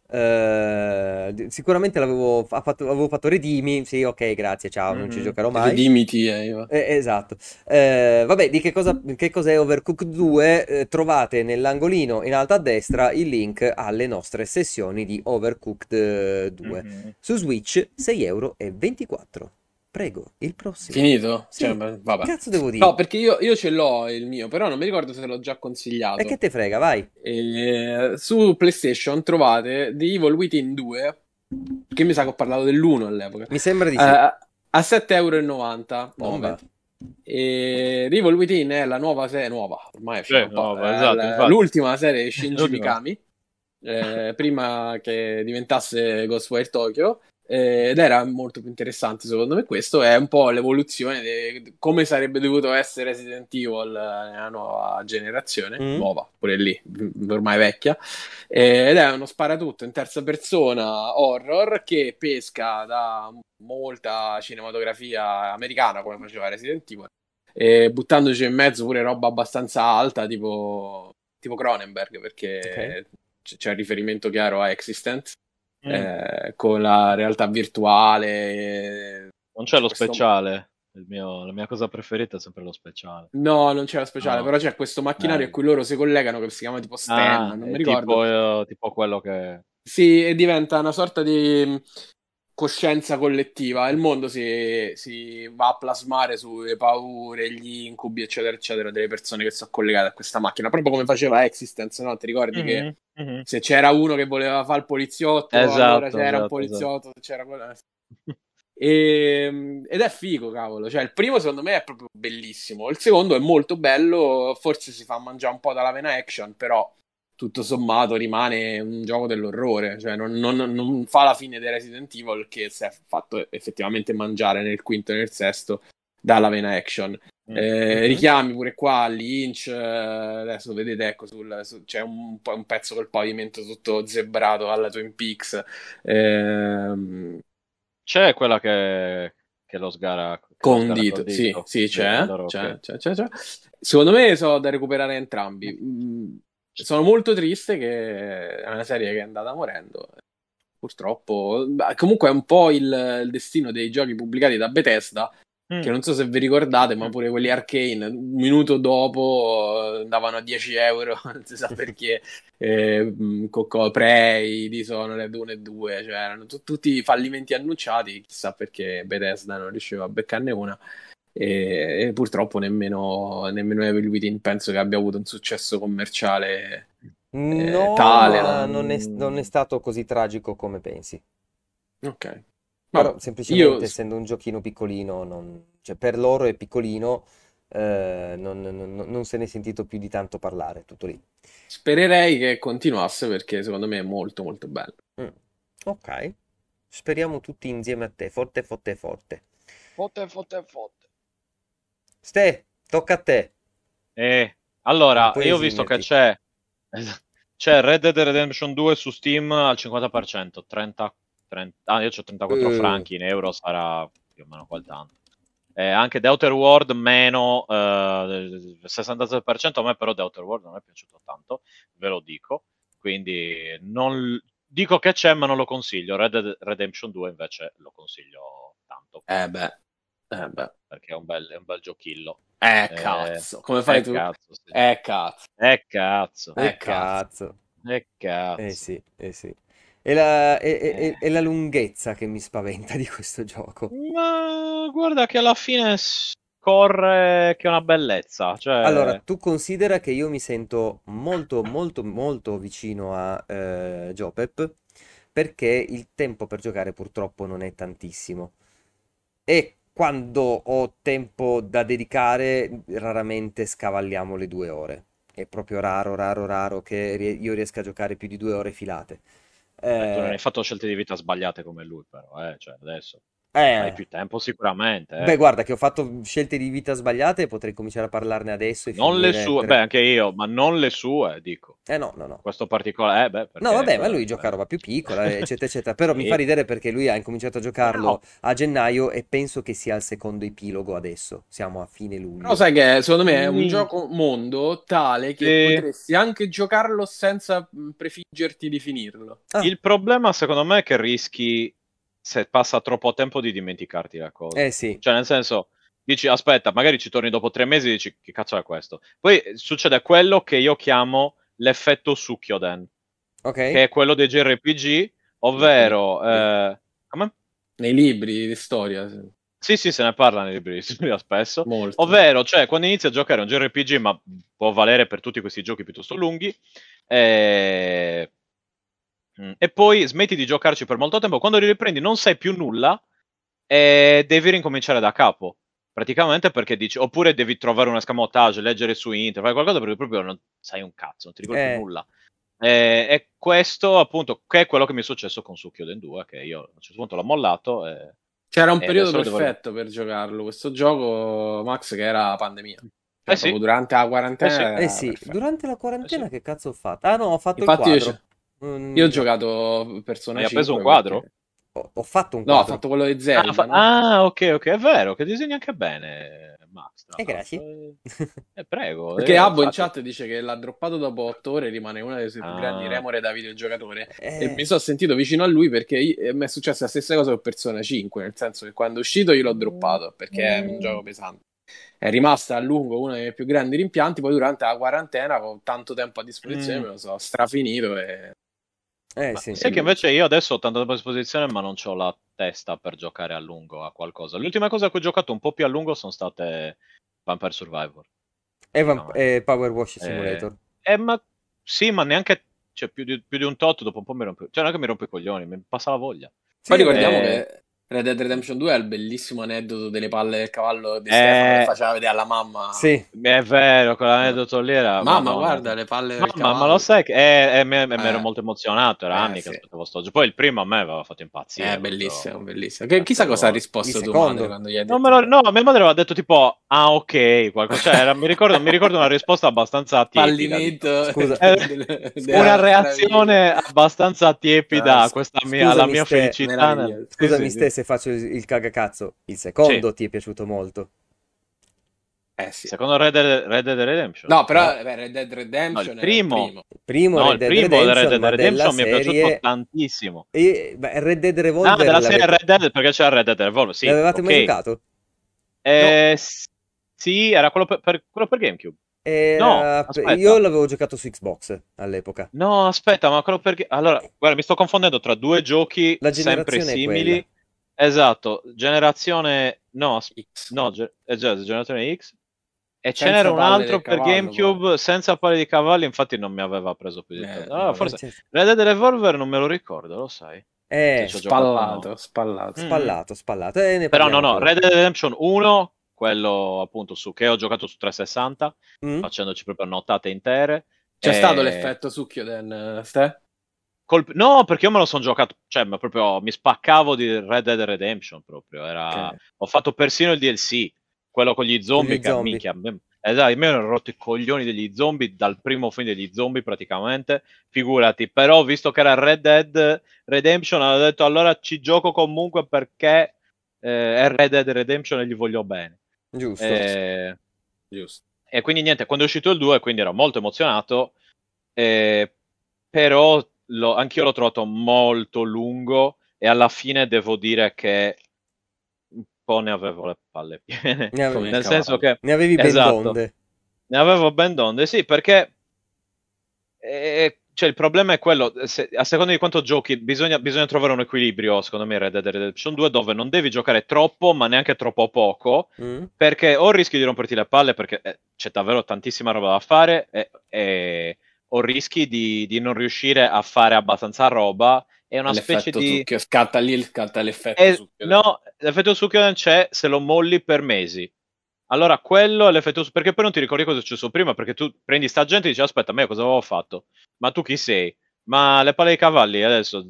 Eh, d- sicuramente l'avevo fa- fatto, avevo fatto redimi, sì, ok, grazie, ciao, non ci Mhm. giocherò mai. Redimiti, eh, Iva. Eh, esatto. Eh, vabbè, di che cosa, che cos'è Overcooked due? Eh, trovate nell'angolino in alto a destra il link alle nostre sessioni di Overcooked eh, due. Mhm. Su Switch sei euro e ventiquattro. Prego, il prossimo. Finito? Cioè, Sì, beh, che vabbè. cazzo devo No, dire? perché io, io ce l'ho il mio, però non mi ricordo se l'ho già E che consigliato. te frega, vai. E su PlayStation trovate The Evil Within due, che mi sa che ho parlato dell'uno all'epoca, Mi sembra di eh, sì. a sette e novantanove Bomba. euro. E The Evil Within è la nuova serie, nuova, ormai è uscita Sì, un po', no, beh, è esatto, l- infatti. l'ultima serie di Shinji L'ultima. Mikami, eh, prima che diventasse Ghostwire Tokyo. Eh, ed era molto più interessante secondo me. Questo è un po' l'evoluzione di come sarebbe dovuto essere Resident Evil eh, nella nuova generazione, Mm? nuova pure lì, m- ormai vecchia. Eh, ed è uno sparatutto in terza persona horror che pesca da molta cinematografia americana come faceva Resident Evil, e buttandoci in mezzo pure roba abbastanza alta tipo, tipo Cronenberg, Ok. perché c- c'è il riferimento chiaro a Existence, Mm. eh, con la realtà virtuale. eh, Non c'è C'è lo questo... speciale. Il mio- la mia cosa preferita è sempre lo speciale. No, non c'è la speciale, No. però c'è questo macchinario a Eh. cui loro si collegano che si chiama tipo Stem, Ah, non mi è ricordo. tipo, eh, tipo quello che... Sì, e diventa una sorta di mh, coscienza collettiva. Il mondo si, si va a plasmare sulle paure, gli incubi, eccetera, eccetera, delle persone che sono collegate a questa macchina. Proprio come faceva Existence, no? Ti ricordi che Mhm, mhm. se c'era uno che voleva fare il poliziotto, allora Esatto, c'era un esatto, esatto. poliziotto, se c'era quello... E- ed è figo, cavolo. Cioè, il primo secondo me è proprio bellissimo. Il secondo è molto bello. Forse si fa mangiare un po' dalla vena action, però tutto sommato rimane un gioco dell'orrore. Cioè, non, non- non fa la fine di Resident Evil, che si è fatto effettivamente mangiare nel quinto e nel sesto dalla vena action. Mm. Eh, Mhm. richiami pure qua Lynch. eh, adesso vedete, ecco, sul- su- c'è un, po- un pezzo col pavimento tutto zebrato alla Twin Peaks. Ehm, C'è quella che, che lo sgara, che lo Con sgara col dito, sì, dito. sì, Sì, c'è, allora ok. c'è, c'è, c'è, c'è. Secondo me sono da recuperare entrambi. Mm, sono molto triste che è una serie che è andata morendo. Purtroppo, beh, comunque è un po' il, il destino dei giochi pubblicati da Bethesda, che Mm. non so se vi ricordate, ma pure quelli Arcane, un minuto dopo eh, andavano a dieci euro, non si sa perché, eh, mh, Coco, Prey, Dishonored uno e due, cioè erano tu- tutti fallimenti annunciati, chissà perché Bethesda non riusciva a beccarne una. E, e purtroppo nemmeno, nemmeno Evil Within penso che abbia avuto un successo commerciale eh, No, tale ma da... non è, non è Mm. stato così tragico come pensi. Ok, vabbè, Però io semplicemente essendo un giochino piccolino, non- cioè per loro è piccolino, eh, non, non- non- non se ne è sentito più di tanto parlare, tutto lì. spererei che continuasse perché secondo me è molto molto bello. Mm. Ok, speriamo tutti insieme a te, forte, forte, forte. Fotte, fotte, fotte. Ste, tocca a te, E non allora, puoi io ho visto che esimerti. c'è c'è Red Dead Redemption due su Steam al cinquanta per cento, trenta, trenta ah, io ho trentaquattro Eh, franchi, in euro sarà più o meno quel tanto. Eh, anche The Outer World meno eh, sessantasei per cento, a me però The Outer World non è piaciuto tanto, ve lo dico, quindi non, dico che c'è ma non lo consiglio. Red Dead Redemption due invece lo consiglio tanto, Eh beh, eh beh. perché è un bel, è un bel giochillo. Eh Eh, cazzo, come fai eh tu? cazzo, sì. Eh cazzo, Eh cazzo, eh E cazzo. cazzo. eh Eh cazzo. sì, eh sì. È la, è- è- Eh. è- è la lunghezza che mi spaventa di questo gioco. Ma guarda che alla fine scorre che è una bellezza, Allora, cioè... tu considera che io mi sento molto, molto, molto vicino a eh, Jopep perché il tempo per giocare purtroppo non è tantissimo. E quando ho tempo da dedicare, raramente scavalliamo le due ore. È proprio raro, raro, raro che rie- io riesca a giocare più di due ore filate. Beh, tu non hai Eh, fatto scelte di vita sbagliate come lui, però, eh, cioè, adesso. Hai Eh, più tempo sicuramente, beh, eh. guarda che ho fatto scelte di vita sbagliate e potrei cominciare a parlarne adesso e Non le finire sue, beh, tre. anche io, ma non le sue, dico. Eh no, no, no. Questo particolare, eh, beh, No, perché vabbè, ma quello, lui gioca a quello. roba più piccola, eccetera, eccetera. Però mi fa Sì, ridere perché lui ha incominciato a però, giocarlo a gennaio e penso che sia al secondo epilogo adesso. Siamo a fine Però luglio. sai che secondo me è un minchia, gioco mondo tale che sì. potresti anche giocarlo senza mh, prefiggerti di finirlo. Ah, Il problema secondo me è che rischi, se passa troppo tempo, di dimenticarti la cosa. eh sì, Cioè, nel senso, dici, aspetta, magari ci torni dopo tre mesi e dici, che cazzo è questo? Poi eh, succede quello che io chiamo l'effetto Sukkyoden, ok. che è quello dei J R P G, Nei ovvero... libri, eh, come? nei libri di storia, sì, Sì, sì, se ne parla nei libri di storia spesso. molto. Ovvero, cioè, quando inizi a giocare un J R P G, ma può valere per tutti questi giochi piuttosto lunghi, eh, mm, e poi smetti di giocarci per molto tempo, quando li riprendi non sai più nulla e devi ricominciare da capo. Praticamente perché dici, oppure devi trovare un escamotage, leggere su internet, fare qualcosa perché proprio non sai un cazzo, non ti ricordi più Eh, nulla. E, e questo, appunto, che è quello che mi è successo con Suikoden due, che io a un certo punto l'ho mollato e, C'era un e periodo adesso lo devo... perfetto per giocarlo, questo gioco, Max, che era la pandemia. Eh Cioè, sì, proprio durante la eh sì, quarantena eh era sì, perfetto. durante la eh sì. quarantena che cazzo ho fatto? Ah no, ho fatto il Infatti io, c- quadro. io ho Mm, giocato Persona Hai appeso un cinque quadro? perché... ho, ho fatto un No, ho quadro. fatto quello di Ah, fa- Zelda, no? ah, ok, ok, è vero, che disegni anche bene, Max, tra E l'altro. grazie. Eh, eh, prego, Perché eh, Abbo in infatti... chat dice che l'ha droppato dopo otto ore e rimane una delle sue più grandi Ah, remore da videogiocatore. E mi Eh, sono sentito vicino a lui perché i- eh, mi è successa la stessa cosa con Persona cinque, nel senso che quando è uscito io l'ho droppato perché è un gioco pesante. È rimasta a lungo uno dei miei più grandi rimpianti, poi durante la quarantena con tanto tempo a disposizione mm. me lo so strafinito e... eh Ma sì. sai che invece io adesso ho tanto tempo a disposizione, ma non ho la testa per giocare a lungo a qualcosa. L'ultima cosa a cui ho giocato un po' più a lungo sono state Vampire Survivor, Evan, praticamente. eh, Power Wash Eh, Simulator. eh, ma sì, ma neanche, cioè, più di, più di un tot, dopo un po' mi rompe, cioè non è che mi rompe i coglioni, mi passa la voglia. Poi Sì, ricordiamo vabbè. Eh, che Red Dead Redemption due ha il bellissimo aneddoto delle palle del cavallo di Stefano che eh, faceva vedere alla mamma. Sì. è vero, quell'aneddoto lì era, Mamma, madonna. guarda le palle del Mamma, ma lo cavallo. sai che eh, eh, me, me ero Eh, molto emozionato, era eh anni che sì, aspettavo sto gioco. Poi il primo a me aveva fatto è impazzire, bellissimo, proprio bellissimo. Che, chissà cosa ha davvero. Il risposto tua madre secondo. quando gli hai Non me detto lo, che... no, mia madre aveva detto tipo, ah ok, qualcosa, cioè era- mi ricordo, mi ricordo una risposta abbastanza tiepida, diciamo. Fallimento Scusa, Eh, del- una della nostra vita. reazione abbastanza Ah, tiepida a s- questa mia, alla scusami mia ste, felicità. nel- meraviglioso. Sì, scusami sì, ste sì. se faccio il, il cagacazzo. Il Sì, secondo ti è piaciuto molto. Eh sì. secondo Red Dead, Red Dead Redemption. No, No, però beh, Red Dead No, il Redemption era il primo. primo. il primo No, Red il Dead primo di Red Redemption, Dead ma della Redemption mi è piaciuto serie... tantissimo. E, beh, Red Dead Ah, Revolver della serie l'avete... Red Dead perché c'era Red Dead Revolver, sì, L'avevate mai ok. giocato? No, Eh, s- sì, era quello per, per- quello per GameCube. No, Era- Io aspetta. l'avevo giocato su Xbox all'epoca. No, aspetta, ma quello per... Allora, guarda, mi sto confondendo tra due giochi La sempre generazione è quella. simili. Esatto, generazione... No, as- X. no, ge- eh, già, generazione X. E ce n'era Senza un palle altro del per cavallo, poi. GameCube senza pali di cavalli, infatti non mi aveva preso più di Eh, tanto. Allora, no, Eh, no. forse cioè, Red Dead Revolver non me lo ricordo, lo sai? Se eh, ci ho giocato o no. Spallato, spallato. Mm. spallato, spallato. E ne Però no, parliamo no, poi dopo. Red Dead Redemption uno, quello appunto su che ho giocato su trecentosessanta, Mm? facendoci proprio nottate intere. C'è stato E... l'effetto Sukkyoden, Ste? Colp- no, perché io me lo sono giocato, cioè, ma proprio mi spaccavo di Red Dead Redemption proprio. Era... Ok. Ho fatto persino il D L C, quello con gli Con zombie, gli che zombie. minchia, a me, esatto, a me erano rotto i coglioni degli zombie dal primo film degli zombie praticamente, figurati. Però visto che era Red Dead Redemption, ho detto allora ci gioco comunque perché eh, è Red Dead Redemption e gli voglio bene. Giusto. Eh, Giusto. e quindi niente, quando è uscito il due, quindi ero molto emozionato, eh, però lo- anch'io l'ho trovato molto lungo e alla fine devo dire che un po' ne avevo le palle piene, Ne, Come ave- il nel senso cavallo. che, ne avevi ben esatto, donde. ne avevo ben donde, sì, perché eh, cioè, il problema è quello, se- a seconda di quanto giochi, bisogna, bisogna trovare un equilibrio, secondo me, in Red Dead Redemption due, dove non devi giocare troppo, ma neanche troppo poco, Mm? perché o rischi di romperti le palle, perché eh, c'è davvero tantissima roba da fare, e, e- o rischi di, di non riuscire a fare abbastanza roba, è una E specie l'effetto di... succhio. Scatta lì, scatta l'effetto è- Sukkyoden. no, l'effetto Suikoden c'è se lo molli per mesi. Allora, quello è l'effetto... Perché poi non ti ricordi cosa è successo prima, perché tu prendi sta gente e dici, aspetta, ma io cosa avevo fatto? Ma tu chi sei? Ma le palle dei cavalli adesso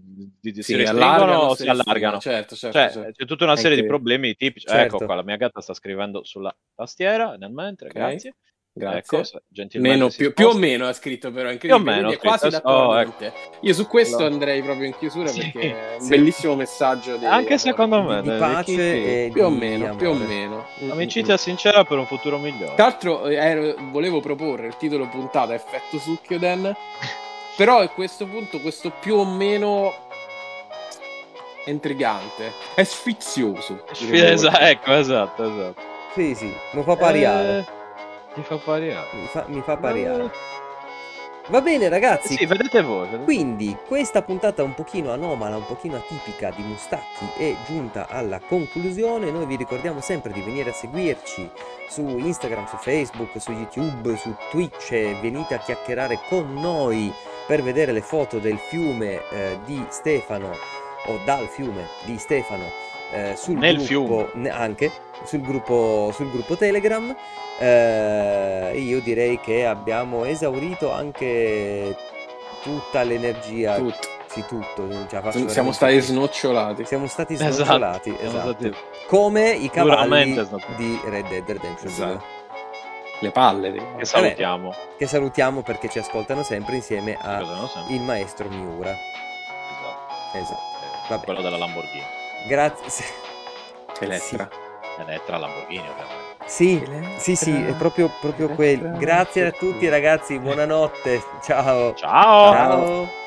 di- di- si Sì, restringono allargano o o si si restringono, allargano? certo, certo, Cioè, certo. c'è tutta una È serie di incredibile. problemi tipici. Certo. Ecco qua, la mia gatta sta scrivendo sulla tastiera nel mentre, Ok, grazie. grazie. Ecco, se gentilmente Meno, si più, più o sposta. meno ha scritto però, è Più o incredibile, meno, quindi è quasi scritto. d'accordo Oh, con ecco. te. Io su questo Allora, andrei proprio in chiusura sì, perché è un Sì. bellissimo messaggio di anche amore. secondo Di, me, di de- de- pace chi- chi- e Più o di meno, più o amore. meno. Mm, mm, amicizia mm. sincera per un futuro Tra migliore. l'altro eh, ero- volevo proporre il titolo puntata Effetto Sukkyoden, però a questo punto questo più o meno è intrigante, è sfizioso. direbbe Esa- qualcuno. ecco, esatto, esatto. Sì, sì, mi fa pariare. Eh, mi fa pariare. Mi fa, mi fa Ma- pariare. Va bene, ragazzi. Sì, vedete voi. vedete Quindi questa puntata un pochino anomala, un pochino atipica di Mustacchi è giunta alla conclusione. Noi vi ricordiamo sempre di venire a seguirci su Instagram, su Facebook, su YouTube, su Twitch. Venite a chiacchierare con noi per vedere le foto del fiume eh, di Stefano o dal fiume di Stefano eh, sul Nel gruppo ne- anche sul gruppo sul gruppo Telegram. Eh, io direi che abbiamo esaurito anche tutta l'energia, Tutto. sì, tutto. Ce la faccio Siamo veramente stati qui. snocciolati. Siamo stati Esatto, snocciolati, siamo esatto. stati Come i cavalli duramente snocciolati. di Red Dead Redemption Esatto. due, Le palle. di- Che salutiamo. che salutiamo perché ci ascoltano sempre insieme a Cosa non sempre. il maestro Miura. Esatto. Esatto. Eh, Vabbè. Quello della Lamborghini. Grazie. Elettra. Elettra Lamborghini, ovviamente. Sì, Elettra, sì, sì, è proprio, proprio Elettra, quello. Grazie a tutti ragazzi, buonanotte. Ciao. Ciao. Ciao.